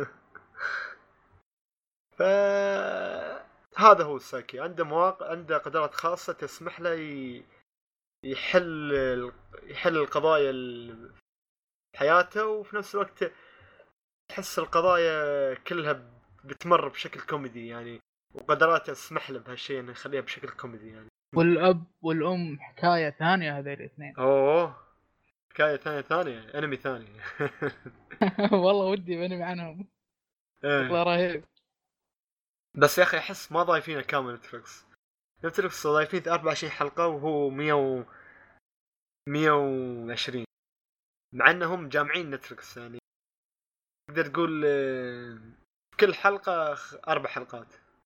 ف هذا هو السايكي، عنده مواقع، عنده قدرات خاصة تسمح له يحل يحل القضايا في حياته، وفي نفس الوقت تحس القضايا كلها بتمر بشكل كوميدي يعني، وقدراته تسمح له بهالشيء انه يخليها بشكل كوميدي يعني. والاب والام حكايه ثانيه هذول الاثنين. اوه حكايه ثانيه ثانيه انمي ثاني. والله ودي بنمي عنهم. والله رهيب. بس يا اخي احس ما ضايفينه كامل نتفلكس. نتفلكس ضايفين أربعة وعشرين حلقه وهو مية و مية وعشرين، مع انهم جامعين نتفلكس يعني تقدر تقول كل حلقه اربع حلقات.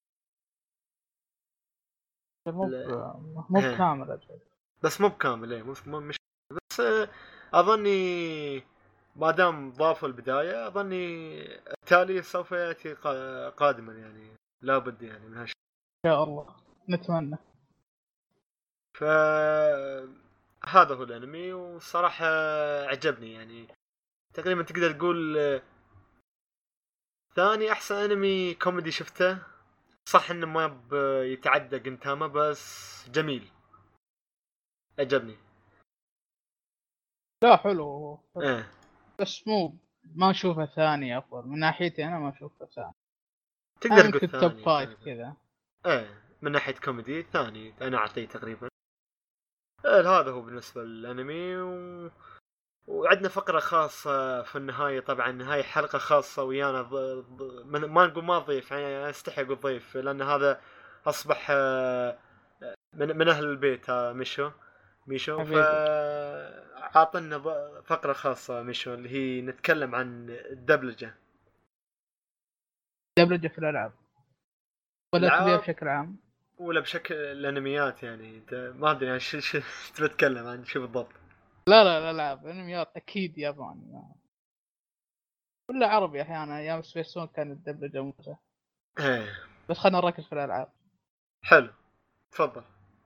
مو مو كامل أجل. بس مو بكامل ايه مو مش بس اظني ما دام ضافوا البدايه اظني التالي سوف ياتي قادما يعني لابد يعني من هالشيء ان شاء الله نتمنى. ف هذا هو الانمي، والصراحه عجبني يعني، تقريبا تقدر تقول ثاني احسن انمي كوميدي شفته. صح انه ما يتعدى جنتاما بس جميل عجبني. لا حلو ايه بس مو ما اشوفه ثاني افضل من ناحيتي، انا ما اشوفه ثاني، تقدر تقول ثاني توب فايف كذا. ايه من ناحيه كوميدي ثاني انا اعطيه تقريبا. إيه هذا هو بالنسبه للانمي و... وعندنا فقره خاصه في النهايه، طبعا هاي حلقه خاصه ويانا ض... ض... من... ما نقول ما ضيف يعني استحي اقول ضيف لان هذا اصبح من, من اهل البيت ها مشو ميشو ف عاطنا فقره خاصه مشو اللي هي نتكلم عن الدبلجه. دبلجه في الالعاب ولا تبيها بشكل عام ولا بشكل الانميات يعني ما ادري يعني شو شو تتكلم عن شو بالضبط. لا لا الالعاب انميات اكيد ياباني ولا عربي احيانا، ايام سبيسون كان الدبلجه ممتازه. ايه بس خلينا نركز في الالعاب. حلو تفضل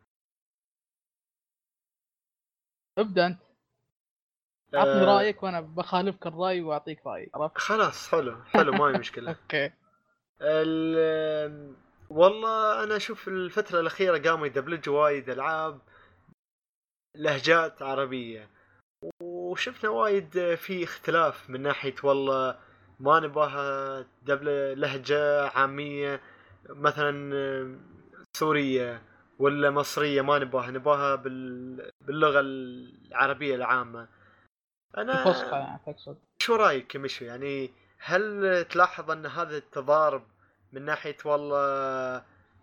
ابدا انت عطني أه... رايك وانا بخالفك الراي واعطيك رايي. خلاص حلو حلو ما هي مشكله. اوكي ال... والله انا اشوف الفتره الاخيره قاموا يدبلجوا وايد العاب لهجات عربيه، وشفنا وايد في اختلاف من ناحيه والله ما نباها دبل لهجه عاميه مثلا سوريه ولا مصريه، ما نباها نباها بال... باللغه العربيه العامه. انا الفصحى يعني تقصد. شو رايك مشو يعني هل تلاحظ ان هذا التضارب من ناحيه والله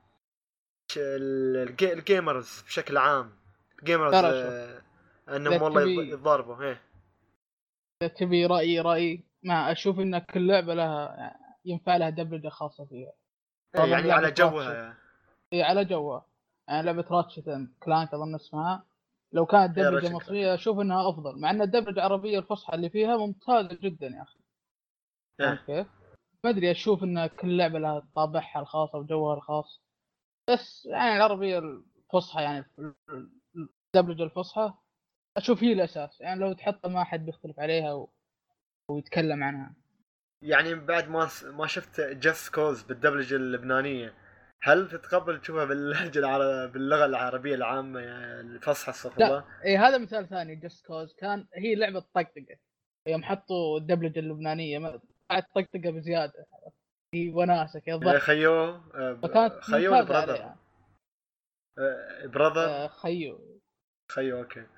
الجيمرز بشكل عام الجيمرز آه انهم والله يتضاربوا؟ ايه تبي رايي رايي ما اشوف ان كل لعبه لها ينفع لها دبلجه خاصه فيها. إيه يعني على جوها اي على جوها يعني لعبه راتشت كلانك اظن اسمها لو كانت يا دبلجة رجل. مصرية أشوف إنها أفضل، مع أن الدبلجة العربية الفصحى اللي فيها ممتازة جدا يا أخي. فهمت إيه. كيف؟ ما أدري، أشوف إن كل لعبة لها طابعها الخاص وجوها الخاص، بس يعني العربية الفصحى يعني الدبلجة الفصحى أشوف هي الأساس، يعني لو تحطها ما حد بيختلف عليها و... ويتكلم عنها. يعني بعد ما ما شفت جاست كوز بالدبلجة اللبنانية، هل تتقبل تشوفها باللهجة العربية باللغة العربية العامة يعني الفصحى استغفر لا الله؟ إيه، هذا مثال ثاني. جاست كوز كان هي لعبة طقطقة، يوم حطوا الدبلجة اللبنانية ما بعد طقطقة بزيادة، هي وناسة كذا يا ضحك، خيو آه، فكانت خيو ولا ممتازة براذر؟ عليها. آه، براذر. آه خيو. خيو اوكي.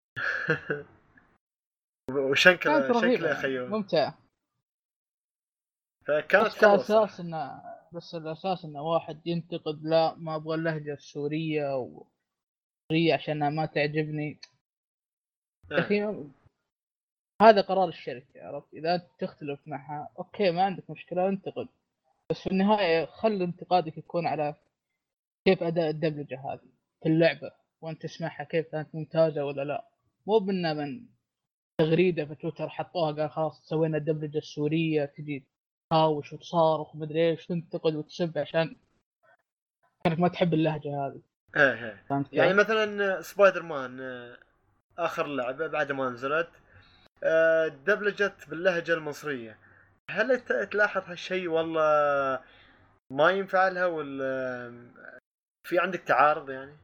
كانت وشكله رهيبة شكله يعني خيو. ممتعة. فكانت بس حلوة الأساس الصراحة. إنه بس الأساس إنه واحد ينتقد لا ما أبغى اللهجة السورية وسورية عشانها ما تعجبني. يا آه. أخي هذا قرار الشركة، عرفت؟ إذا أنت تختلف معها أوكي ما عندك مشكلة انتقد، بس في النهاية خل انتقادك يكون على كيف أداء الدبلجة هذه في اللعبة، وأنت تسمعها كيف كانت ممتازة ولا لا. مو بنا من تغريدة في تويتر حطوها قال خلاص سوينا الدبلجة السورية تجي تهاوش وتصارخ ومدري ايش تنتقد وتسب عشان كانك ما تحب اللهجة هذه. ايه ايه. فهمت يعني كيف؟ مثلا سبايدر مان آه، اخر لعبة بعد ما نزلت آه، دبلجت باللهجة المصرية، هل ت- تلاحظ هالشيء والله ما ينفع لها ولا في عندك تعارض يعني؟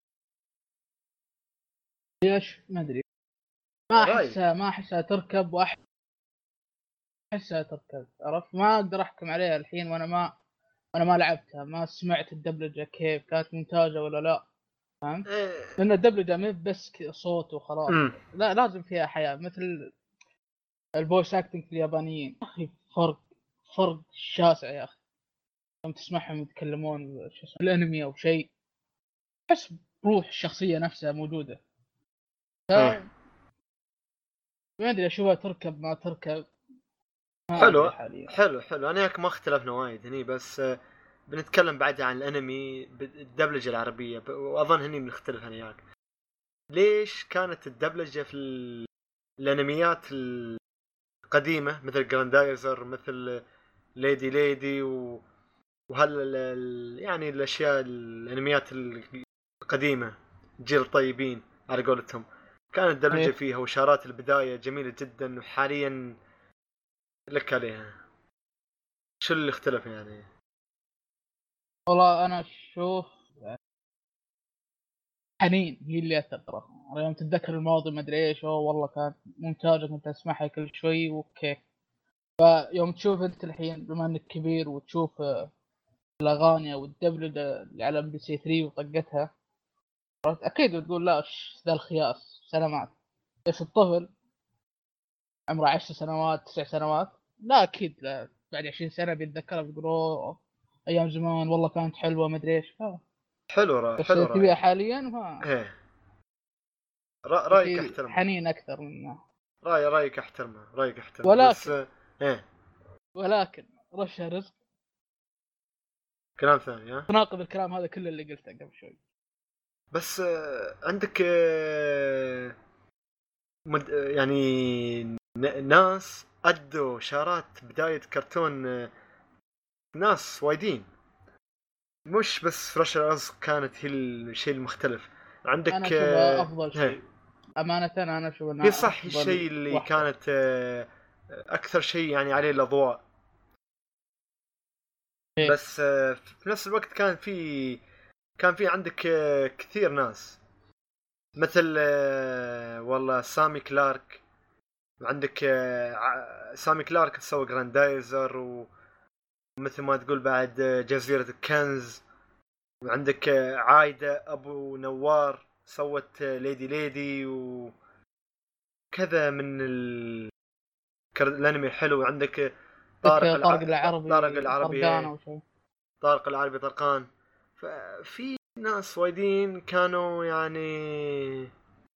ليش؟ ما ادري، ما رايك. احسها ما احسها تركب، واحسها تركب، عرفت؟ ما اقدر احكم عليها الحين وانا ما وانا ما لعبتها، ما سمعت الدبلجة كيف كانت ممتازة ولا لا. فهمت؟ ايه. لان الدبلجة ما بس ك- صوت وخلاص، امم. لا لازم فيها حياة، مثل الفويس اكتنج في اليابانيين يا اخي، فرق فرق شاسع يا اخي. لما تسمعهم يتكلمون شو اسمه الانمي او شيء، تحس بروح الشخصيه نفسها موجوده. ف ايه. ما ادري اشوفها تركب ما تركب، ما ادري حلو حاليا. حلو حلو. انا هيك ما اختلفنا وايد هني، بس آه، بنتكلم بعد عن الانمي بالدبلجه العربيه ب- واظن هني بنختلف انا وياك. ليش كانت الدبلجه في ال- الانميات القديمه مثل جراندايزر مثل ليدي ليدي و... وهل ال- ال- يعني الاشياء الانميات القديمه جيل الطيبين على قولتهم، كانت الدبلجه ايه فيها وشارات البدايه جميله جدا، وحاليا لك عليها. شو اللي اختلف يعني؟ والله انا اشوف حنين هي اللي اثر. يوم تتذكر الماضي ما ادري ايش، اوه والله كانت ممتازه كنت اسمعها كل شوي اوكي. فيوم تشوف انت الحين بما انك كبير وتشوف الاغاني او الدبلجه اللي على ام بي سي ثلاثة وطقتها، اكيد بتقول لا ايش ذا الخياس سلامات. بس الطفل عمره عشر سنوات تسع سنوات لا اكيد لا بعد عشرين سنه بيتذكرها بيقول اوه ايام زمان والله كانت حلوه ما ادري ايش. آه. حلو را... بس حلو إذا تبيها رايك. حاليا ما ايه. را... رايك في احترمه. حنين اكثر منه. راي رايك احترمه رايك احترمه بس ولكن آه، ايه. ولكن رشا رزق كلام ثاني ها. تناقض الكلام هذا كله اللي قلته قبل شوي. بس آه، عندك آه، مد... آه، يعني ن... ناس ادوا شارات بدايه كرتون آه، ناس وايدين، مش بس فرش الرزق كانت هي الشيء المختلف. انا عندك اشوفها آه، افضل هي شيء امانه، انا اشوف هي انها صح، هي الشيء افضل اللي واحده. كانت آه، اكثر شيء يعني عليه الاضواء. إيه. بس آه، في نفس الوقت كان في كان في عندك آه، كثير ناس مثل آه، والله سامي كلارك. عندك آه، ع- سامي كلارك سوى جراندايزر، ومثل ما تقول بعد آه، جزيرة الكنز. وعندك آه، عايدة أبو نوار سوت آه، ليدي ليدي وكذا من ال... كر- الانمي حلو. عندك آه، طارق ذك طارق الع... طارق العربي العربي طرقان هي. او شيء. طارق العربي طرقان. ففي ناس وايدين كانوا يعني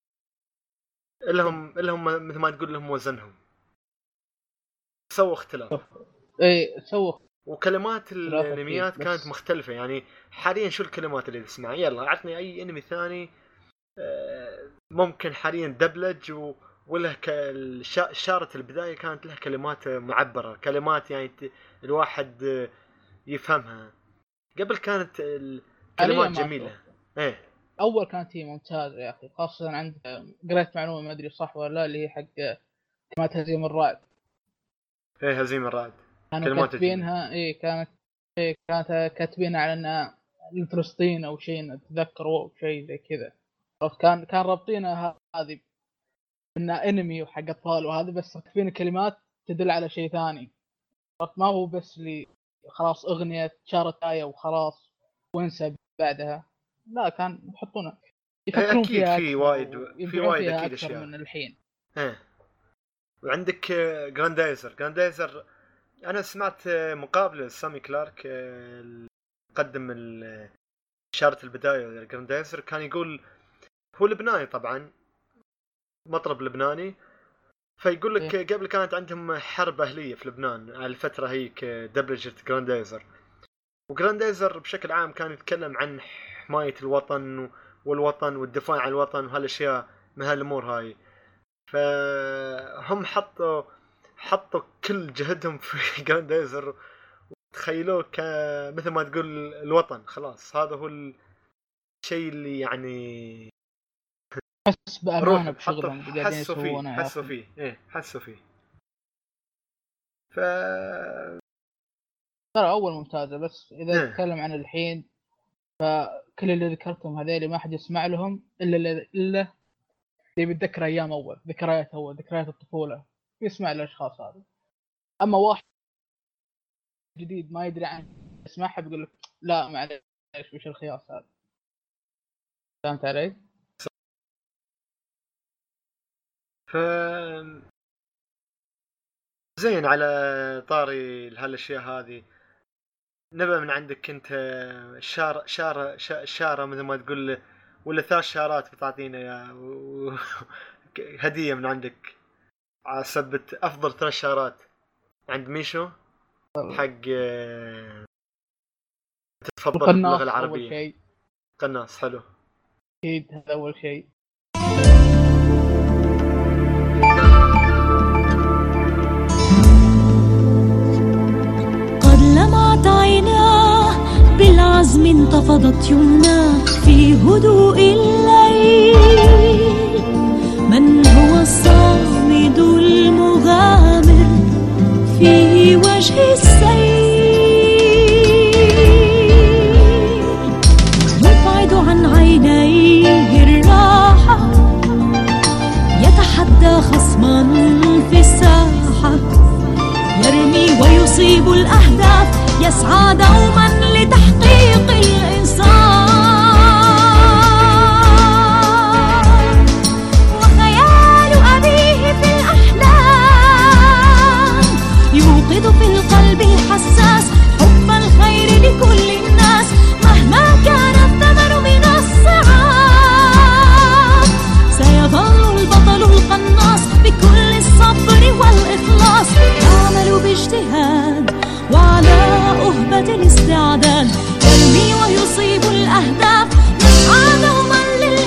لهم لهم مثل ما تقول لهم وزنهم، سووا اختلاف. ايه سووا وكلمات اختلاف اكيد الانميات كانت بس مختلفة يعني. حاليا شو الكلمات اللي تسمعها؟ يلا عطني اي انمي ثاني ممكن حاليا دبلج و... وله شارة البداية كانت لها كلمات معبرة، كلمات يعني الواحد يفهمها. قبل كانت الكلمات جميلة. ايه اول كانت هي ممتازة يا اخي، خاصة عند قريت معلومة ما ادري صح ولا لا اللي هي حق كلمات هزيم الرعد. ايه هزيم الرعد كانوا كاتبينها ايه كانت ايه كانت كاتبينها على انها لفلسطين او شيء اتذكر او شيء زي كذا. كان كان رابطينها هذه انها انمي وحق اطفال وهذا، بس كاتبين كلمات تدل على شيء ثاني. ما هو بس لي خلاص اغنية شارت آية وخلاص وانسى بعدها، لا كان يحطونها يفكرون أكيد فيها في وايد في وايد اكيد اشياء من الحين. ايه وعندك جراندايزر جراندايزر انا سمعت مقابله سامي كلارك قدم شارة البدايه للجراندايزر، كان يقول هو لبناني طبعا مطرب لبناني، فيقول لك إيه؟ قبل كانت عندهم حرب اهليه في لبنان على الفتره هيك دبلجة جراندايزر، وجراندايزر بشكل عام كان يتكلم عن حمايه الوطن والوطن والدفاع عن الوطن وهالاشياء من هالامور هاي. فهم حطوا حطوا كل جهدهم في جراندايزر وتخيلوه مثل ما تقول الوطن، خلاص هذا هو الشيء اللي يعني حس بأمانة بشغلهم اللي قاعدين يسوونه. حسوا فيه ايه حسوا فيه ف ترى اول ممتازة، بس اذا اه. نتكلم عن الحين فكل اللي ذكرتهم هذول ما حد يسمع لهم الا الا اللي بيتذكر ايام اول، ذكريات اول، ذكريات الطفولة يسمع الاشخاص هذه. اما واحد جديد ما يدري عنه يسمعها بيقول لك لا معليش وش الخياس هذا. فهمت علي؟ ف زين على طاري هالاشياء هذه نبى من عندك انت شارة شارة شارة مثل ما تقول ولا ثلاث شارات بتعطينا يا و... هدية من عندك على سبة افضل ثلاث شارات عند ميشو حق تتفضل باللغة العربية. قناص حلو اكيد هذا اول شيء. بالعزم انتفضت يمنى في هدوء الليل، من هو الصامد المغامر في وجه السيل، يبعد عن عينيه الراحة، يتحدى خصما في الساحة، يرمي ويصيب الأهداف، يسعى دوما لتحقيق الإنسان، وخيال أبيه في الأحلام يوقظ في القلب الحساس حب الخير لكل الناس، مهما كان الثمن من الصعاب سيظل البطل القناص بكل الصبر والإخلاص، يعمل باجتهاد وعلى أهبة الاستعداد، يرمي ويصيب الأهداف، يسعى دوما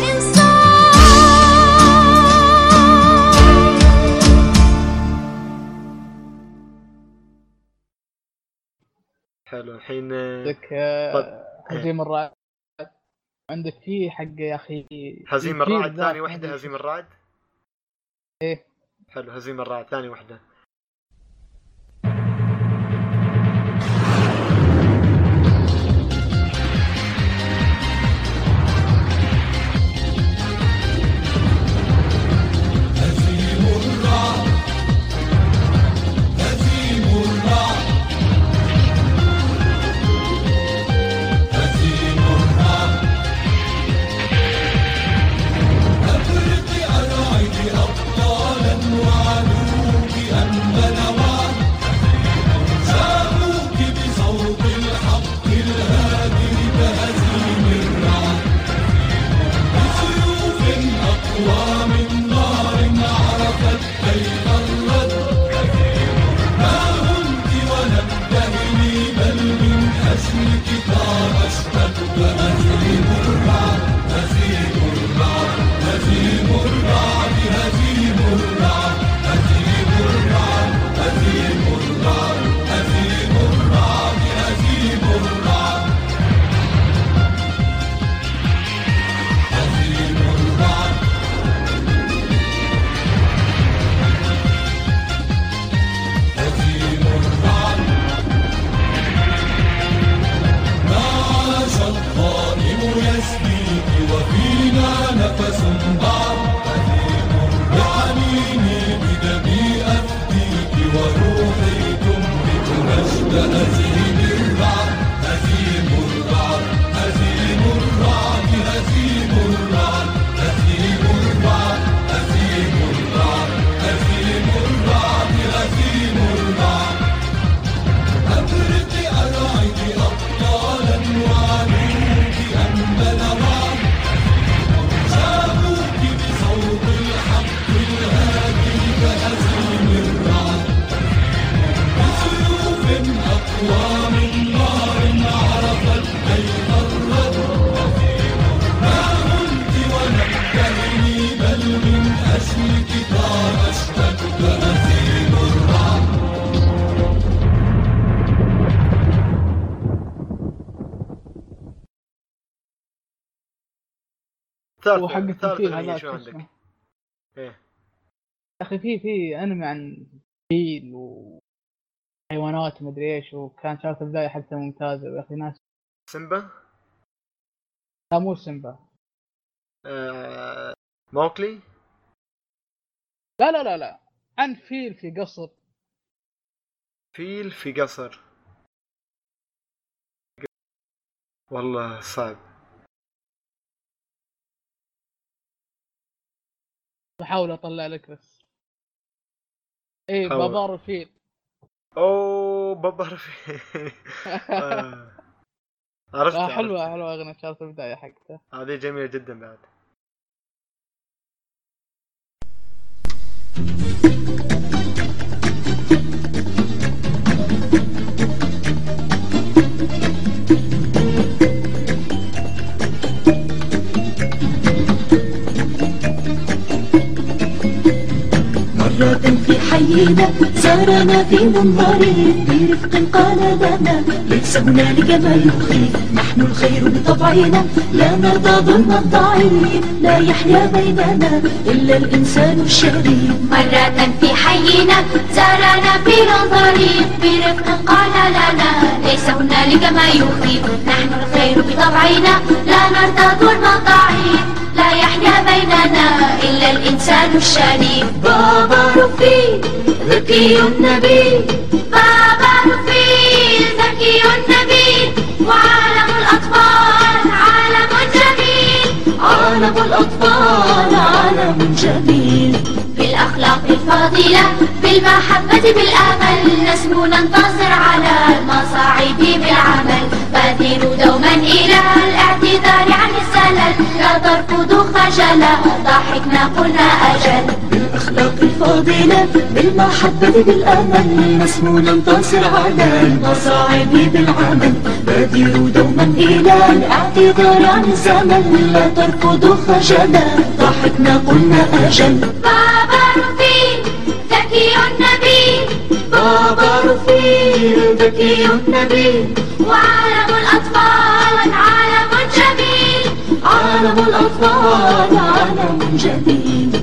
للإنسان. حلو. الحين عندك هزيم الرعد، عندك فيه حق يا أخي هزيم الرعد ثاني وحدة. هزيم الرعد إيه حلو. هزيم الرعد ثاني وحدة. هزيم الرعد هزيم الرعد وحق التمثيل هذا شو عندك؟ ايه يا اخي في في انمي عن فيل وحيوانات مدري ايش، وكان شاف البدايه حتى ممتازه يا اخي. ناس سيمبا؟ لا مو سيمبا. آه... موكلي؟ لا لا لا لا عن فيل في قصر. فيل في قصر؟ والله صعب. بحاول اطلع لك بس. ايه حاول. بابار الفيل. اوه بابار الفيل. آه. عرفت آه حلوه حلوه اغنيه شارت البدايه حقته هذه جميله جدا بعد. في حينا زارنا في منظره برفق قال لنا ليس هنالك ما يخيف، نحن الخير بطبعنا لا نرضى ظلم الضعيف، لا يحيا بيننا إلا الإنسان الشريف. مرة في حينا زارنا في منظره برفق قال لنا ليس هنالك ما يخيف، نحن الخير بطبعنا لا نرضى ظلم الضعيف، لا يحيا بيننا إلا الإنسان الشريف. بابا رفيق ذكي النبي، بابا رفيق ذكي النبي، وعالم الأطفال عالم جميل، عالم الأطفال عالم جميل. بالأخلاق الفاضلة بالمحبة بالأمل نسمو ننتصر على المصاعب بالعمل، بادروا دوما إلى الاعتذار عن الزلل، لا ترفضوا خجلا ضحكنا قلنا أجل. بالأخلاق الفاضلة بالمحبة بالأمل نسمو ننتصر على المصاعب بالعمل، بادروا دوما إلى الاعتذار عن الزمن، لا ترفضوا خجلا ضحكنا قلنا أجل. بابا رفيق ذكي النبي، بابا رفيق ذكي النبي، وعالم الأطفال عالم جميل، عالم الأطفال عالم جميل.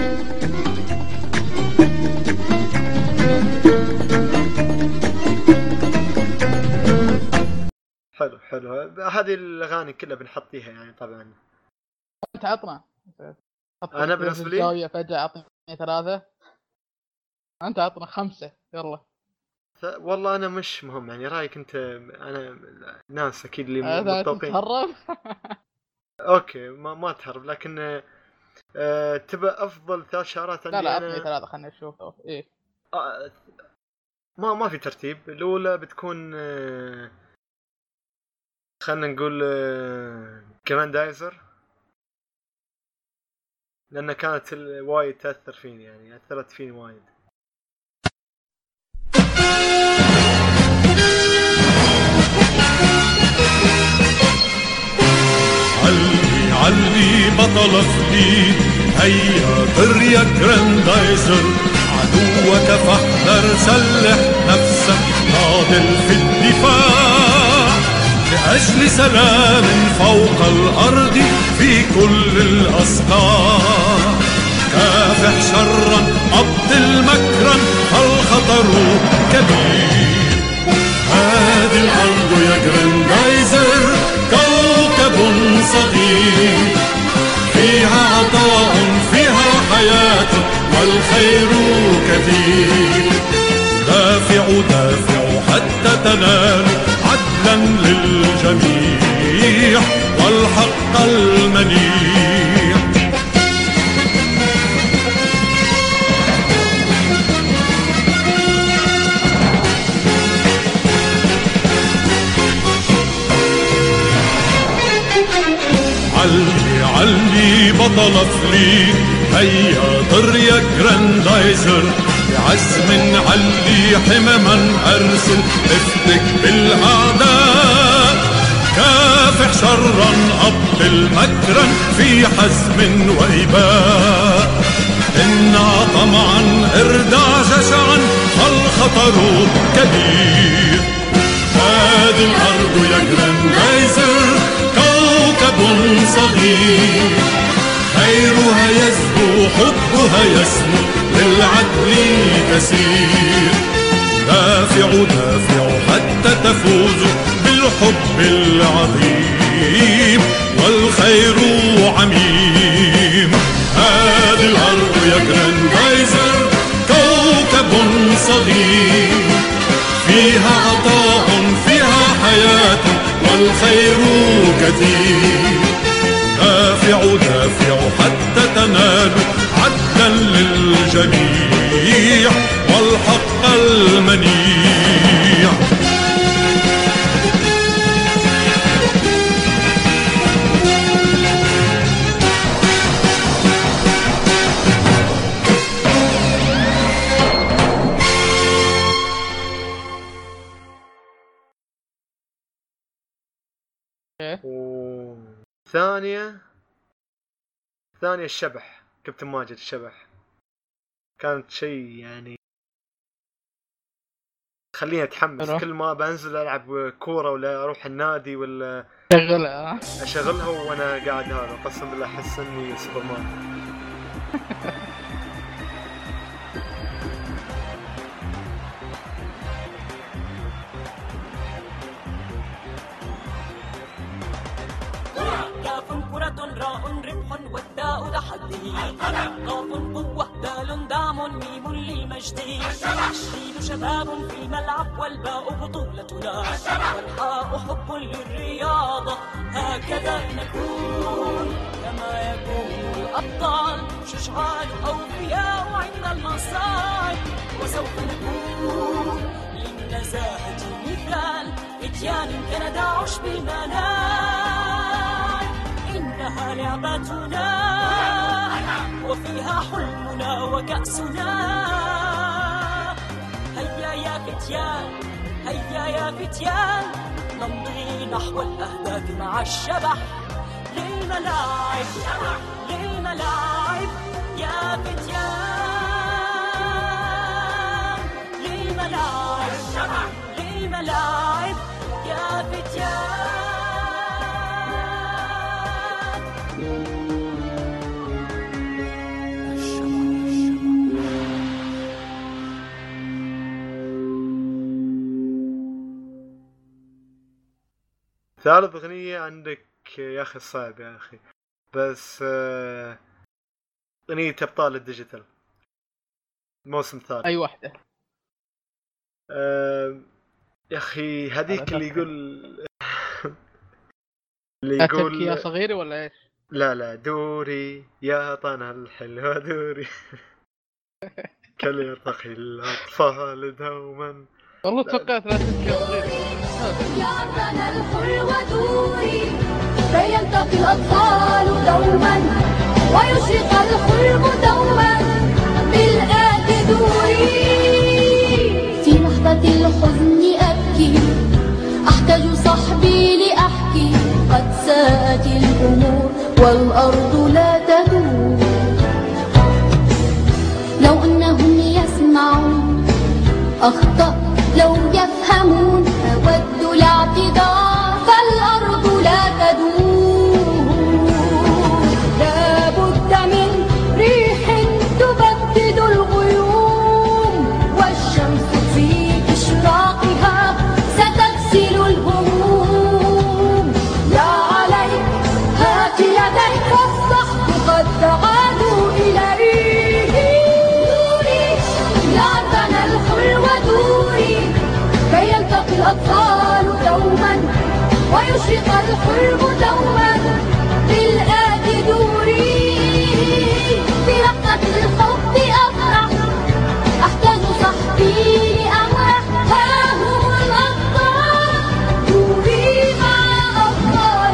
حلو حلو هذه الاغاني كلها بنحطيها يعني طبعا. انت عطنا انا بالنسبه لي الزاويه فجاه اعطني ثلاثه، انت عطنا خمسه يلا. والله انا مش مهم يعني رايك انت، انا ناس اكيد اللي متفقين. تهرب اوكي ما ما تهرب، لكن أه تبى افضل ثلاث شعارات عندي. لا لا انا عطني ثلاثه خلينا نشوف ايه. آه ما ما في ترتيب. الاولى بتكون أه خلنا نقول أه كماندايزر، لأنها كانت وايد تأثر فيني يعني أثرت فيني وايد. علي علي بطل جديد، هيا طر يا جراندايزر، عدوك فاحذر سلح نفسك، ناضل في الدفاع لأجل سلام فوق الأرض في كل الأصقاع. كافح شرا أبطل مكرا فالخطر كبير، هذه الأرض يا جراندايزر كوكب صغير، فيها عطاء فيها حياة والخير كثير. دافعوا دافعوا حتى تنال عدلا للجميع والحق المنيع. علي علي بطل فليت هيا طر يا جراندايزر بعزم علي حمما أرسل افتك بالأعداء كافح شرا أبطل مكرا في حزم وإباء إنا طمعا اردع جشعا فالخطر كبير. هذه الأرض يا جراندايزر كوكب صغير خيرها يزهو حبها يسمو للعدل تسير. دافعوا دافعوا حتى تفوزوا بالحب العظيم والخير عميم. هذه الأرض يا جراندايزر كوكب صغير فيها عطاء فيها حياة والخير كثير. دافعوا دافعوا حتى تنالوا عدلا للجميع والحق المنيع. ثانية ثانية الشبح، كابتن ماجد الشبح كانت شيء يعني خليني اتحمس كل ما بنزل العب كورة ولا اروح النادي ولا شغلها اشغلها وانا قاعد هذا قسم بالله احس اني سوبرمان. راء ربح والداء تحدي قاف قوة دال دعم ميم للمجد الشين شباب في الملعب والباء بطولتنا والحاء حب للرياضة هكذا نكون كما يكون الأبطال شجعان أوفياء عند المصائب وسوف نكون للنزاهة مثال فتيان كندا عشب المنال. إنها لعبتنا وفيها حلمنا وكأسنا. هيا يا فتيان هيا يا فتيان نمضي نحو الأهداف مع الشبح للملاعب للملاعب يا فتيان للملاعب للملاعب يا فتيان. ثالث أغنية عندك يا أخي صعب يا أخي بس أغنية أبطال الديجيتال الموسم الثالث. أي واحدة أه يا أخي هذيك اللي يقول اللي يقول يا صغيري ولا إيش؟ لا لا دوري يا طنا الحلوة دوري كل يرتقي الأطفال دوما. والله توقعت لا تبكي يا صغيري. يا طنا الحلوة دوري فيلتقي الأطفال دوما ويشرق الحلم دوما بالآت دوري. في لحظة الحزن أبكي أحتاج صحبي لأحكي قد ساءت الأمور والأرض لا تدور. لو أنهم يسمعون أخطأ لو يفهمون أود الاعتذار فالأرض لا تدور. لا بد من ريح تبدد الغيوم والشمس في إشراقها ستغسل الهموم. لا عليك هات يديك الصحب قد تعادوا إليه. دوري يا طنا الحلوة دوري كي يلتقي الأبطال دوما ويشرق الحلم دوما بالآت دوري في لحظة الحب أفرح أحتاج صحبي لأمرح ها هم الأبطال دوري مع أبطال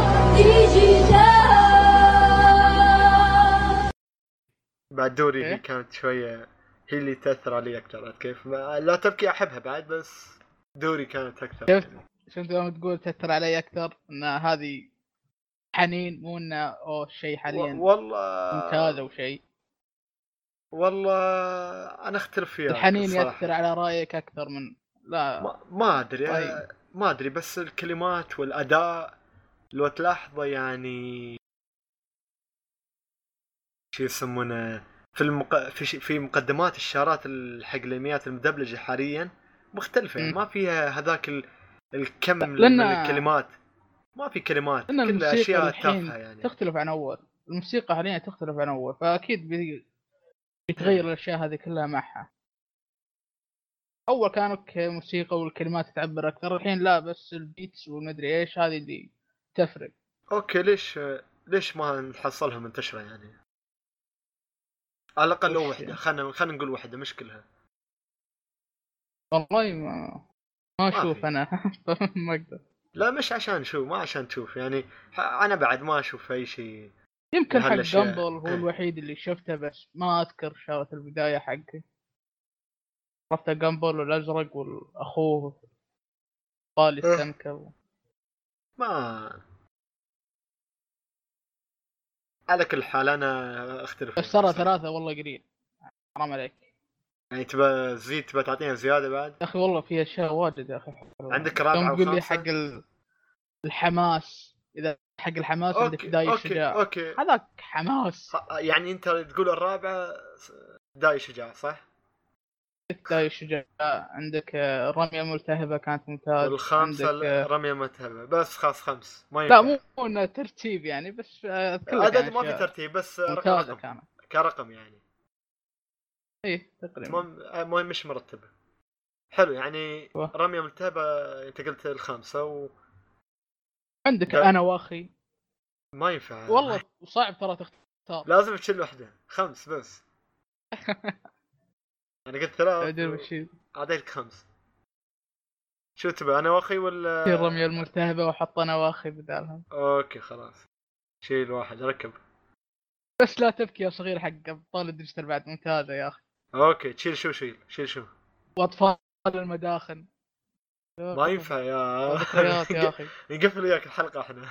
ديجيتال. بعد دوري إيه؟ هي كانت شوية هي اللي تأثر علي أكثر. كيف ما... لا تبكي أحبها بعد، بس دوري كانت أكثر. شفت شفت يوم تقول تأثر علي أكثر إن هذه حنين مو إنه أوه شيء حاليا و... والله ممتاز أو شيء. والله أنا أختلف فيها الحنين الصراحة. يأثر على رأيك أكثر من لا. ما, ما أدري طيب. ما أدري بس الكلمات والأداء لو تلاحظه يعني شو يسمونه في المق... في ش... في مقدمات الشارات حق الانميات المدبلجة حاليا مختلفة يعني م. ما فيها هذاك ال... الكم لأن- من الكلمات. ما في كلمات، لأن كلها الموسيقى أشياء الحين تافهة يعني. تختلف عن أول. الموسيقى حاليا تختلف عن أول فأكيد بي- بيتغير الأشياء هذه كلها معها. أول كانوا موسيقى والكلمات تعبر أكثر، الحين لا بس البيتس والمدري إيش هذه اللي تفرق. أوكي ليش ليش ما نحصلها منتشرة يعني؟ على الأقل لو وش- وحدة، خلنا خلنا نقول وحدة مش كلها. والله ما ما أشوف في. أنا ما أقدر. لا مش عشان شو ما عشان تشوف يعني ح- أنا بعد ما أشوف أي شيء. يمكن حق هالأشياء. جامبل هو إيه. الوحيد اللي شفته بس ما أذكر شغلة البداية حقه. عرفت جامبل والأزرق والأخوه طالي إيه. السمكة. ما على كل حال أنا أختلف. بس ترى ثلاثة والله قليل، حرام عليك يعني تبى تزيد تبى تعطينا زيادة بعد. يا أخي. والله في أشياء واجد يا أخي. عندك رابعة يوم تقول لي وخامسة؟ حق ال- الحماس، إذا حق الحماس عندك أوكي داي أوكي الشجاع أوكي هذاك حماس. ه- يعني أنت تقول الرابعة داي شجاع صح؟ داي الشجاع عندك آه، الرمية الملتهبة كانت ممتاز. والخامسة عندك آه، رمية متهبة بس خاص خمس ما ينفع. لا مو مو إنه ترتيب يعني بس آه، أذكر لك عدد يعني ما في أشياء ترتيب بس رقم ممتازة رقم كانت. كرقم يعني. إيه تقريبا. مهم مهم مش مرتبة. حلو يعني و- رمية ملتهبة. انت قلت الخامسة و... عندك ده- أنا وأخي. ما ينفع والله صعب ترى تختار. لازم تشيل واحدة خمس بس. انا قلت ثلاث أدري و- وش هي. اعطيتك خمس. شو تبى انا واخي ولا؟ في الرمية الملتهبة وحط أنا وأخي بدالها. اوكي خلاص شيل واحد ركب. بس لا تبكي يا صغير حق أبطال الديجيتال بعد ممتازة يا أخي. اوكي تشيل شو شيل شيل شو وأطفال المداخن. ما ينفع يا ذكريات يا أخي. نقفل وياك الحلقة احنا.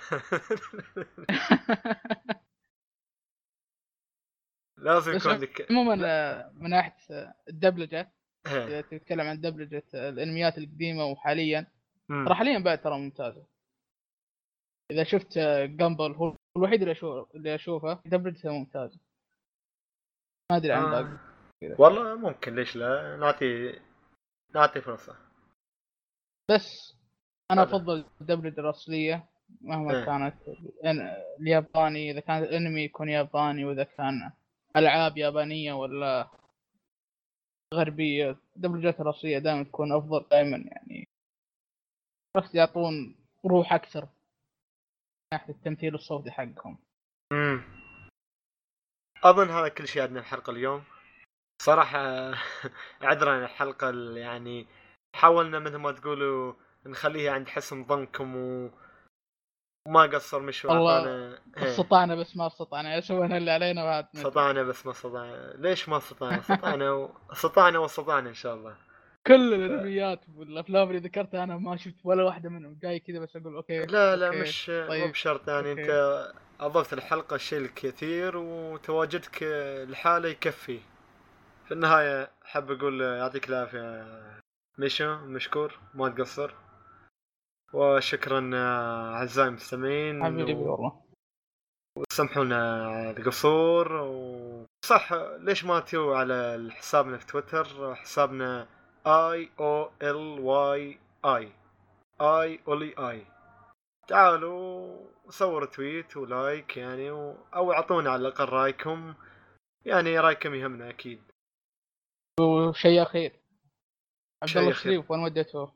لازم بس يكون لك عموما آه، من ناحية آه، الدبلجة، إيه. إذا تتكلم عن دبلجة آه، الأنميات القديمة وحاليا مم. ترى حاليا بعد ترى ممتازة. إذا شفت جامبل هو الوحيد اللي أشوف اللي أشوفه دبلجته ممتازة. ما أدري عن آه. باقي. والله ممكن ليش لا نعطي نعطي فرصة. بس أنا هذا. أفضل الدبلجة الأصلية مهما إيه. كانت الأن- الياباني. إذا كان الأنمي يكون ياباني وإذا كان ألعاب يابانية ولا غربية الدبلجات الأصلية دائما تكون أفضل دائما يعني. بس يعطون روح أكثر من ناحية التمثيل الصوتي حقهم. امم اظن هذا كل شيء عندنا الحلقه اليوم صراحه. عذرا عن الحلقه اللي يعني حاولنا مثل ما تقولوا نخليها عند حسن ظنكم و... وما قصر مش والله اعطانا إيه. استطعنا بس ما استطعنا. سوينا اللي علينا بعد. استطعنا بس ما استطعنا. ليش ما استطعنا؟ استطعنا و... استطعنا واستطعنا ان شاء الله. كل الانميات والافلام اللي ذكرتها انا ما شفت ولا واحده منهم. جاي كذا بس اقول اوكي. لا لا أوكي. مش مو طيب. بشرط يعني. أوكي. انت اضفت الحلقه الشيء الكثير وتواجدك لحاله يكفي. في النهايه حاب اقول يعطيك العافيه ميشو مشكور ما تقصر. وشكرا اعزائي المستمعين حبيبي والله. وسامحونا على القصور. وصح ليش ما تيو على حسابنا في تويتر حسابنا اي او ال واي اي اي اولي اي. تعالوا صوروا تويت ولايك يعني و... او اعطونا على الاقل رايكم يعني. رايكم يهمنا اكيد. وشيء اخير عبد شيء الله أخير. الشريف وين وديته؟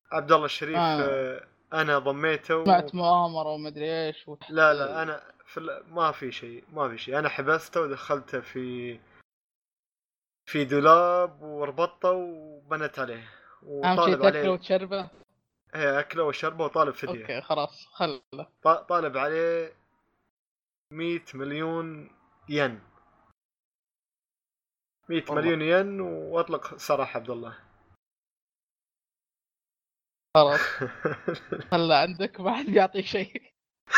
عبد الله الشريف آه. آه. انا ضميته و... سمعت مؤامرة ومدري ايش و... لا لا انا في ال... ما في شيء ما في شيء انا حبسته ودخلته في في دولاب وربطته وبنت عليه اهم شيء وطالب تاكله عليه وتشربه. هي اكله وشربه وطالب فدية. اوكي خلاص خله. ط- طالب عليه مية مليون ين مية والله. مليون ين واطلق سراح عبد الله. خلاص خله عندك ما حد بيعطي شيء.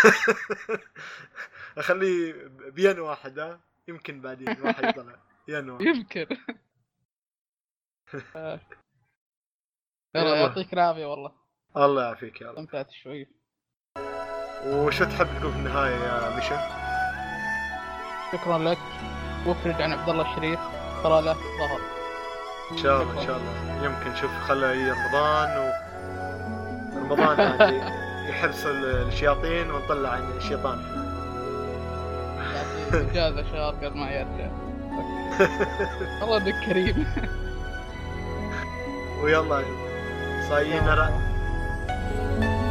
اخليه بين واحد ها يمكن بعدين واحد طلع ين واحد. يمكن. آه. يلا والله. يعطيك العافية والله الله يعافيك يا رب. استمتعت شوي. وشو تحب تقول في النهاية يا مشا؟ شكرا لك وافرج عن عبد الله الشريف ترى له ظهر. ان شاء الله ان شاء الله يمكن شوف خلى يجي رمضان و رمضان عادي يحبسوا الشياطين ونطلع عن الشيطان. يعطيه اجازة شهر قبل ما يرجع. والله انك كريم. ويلا صايين نرى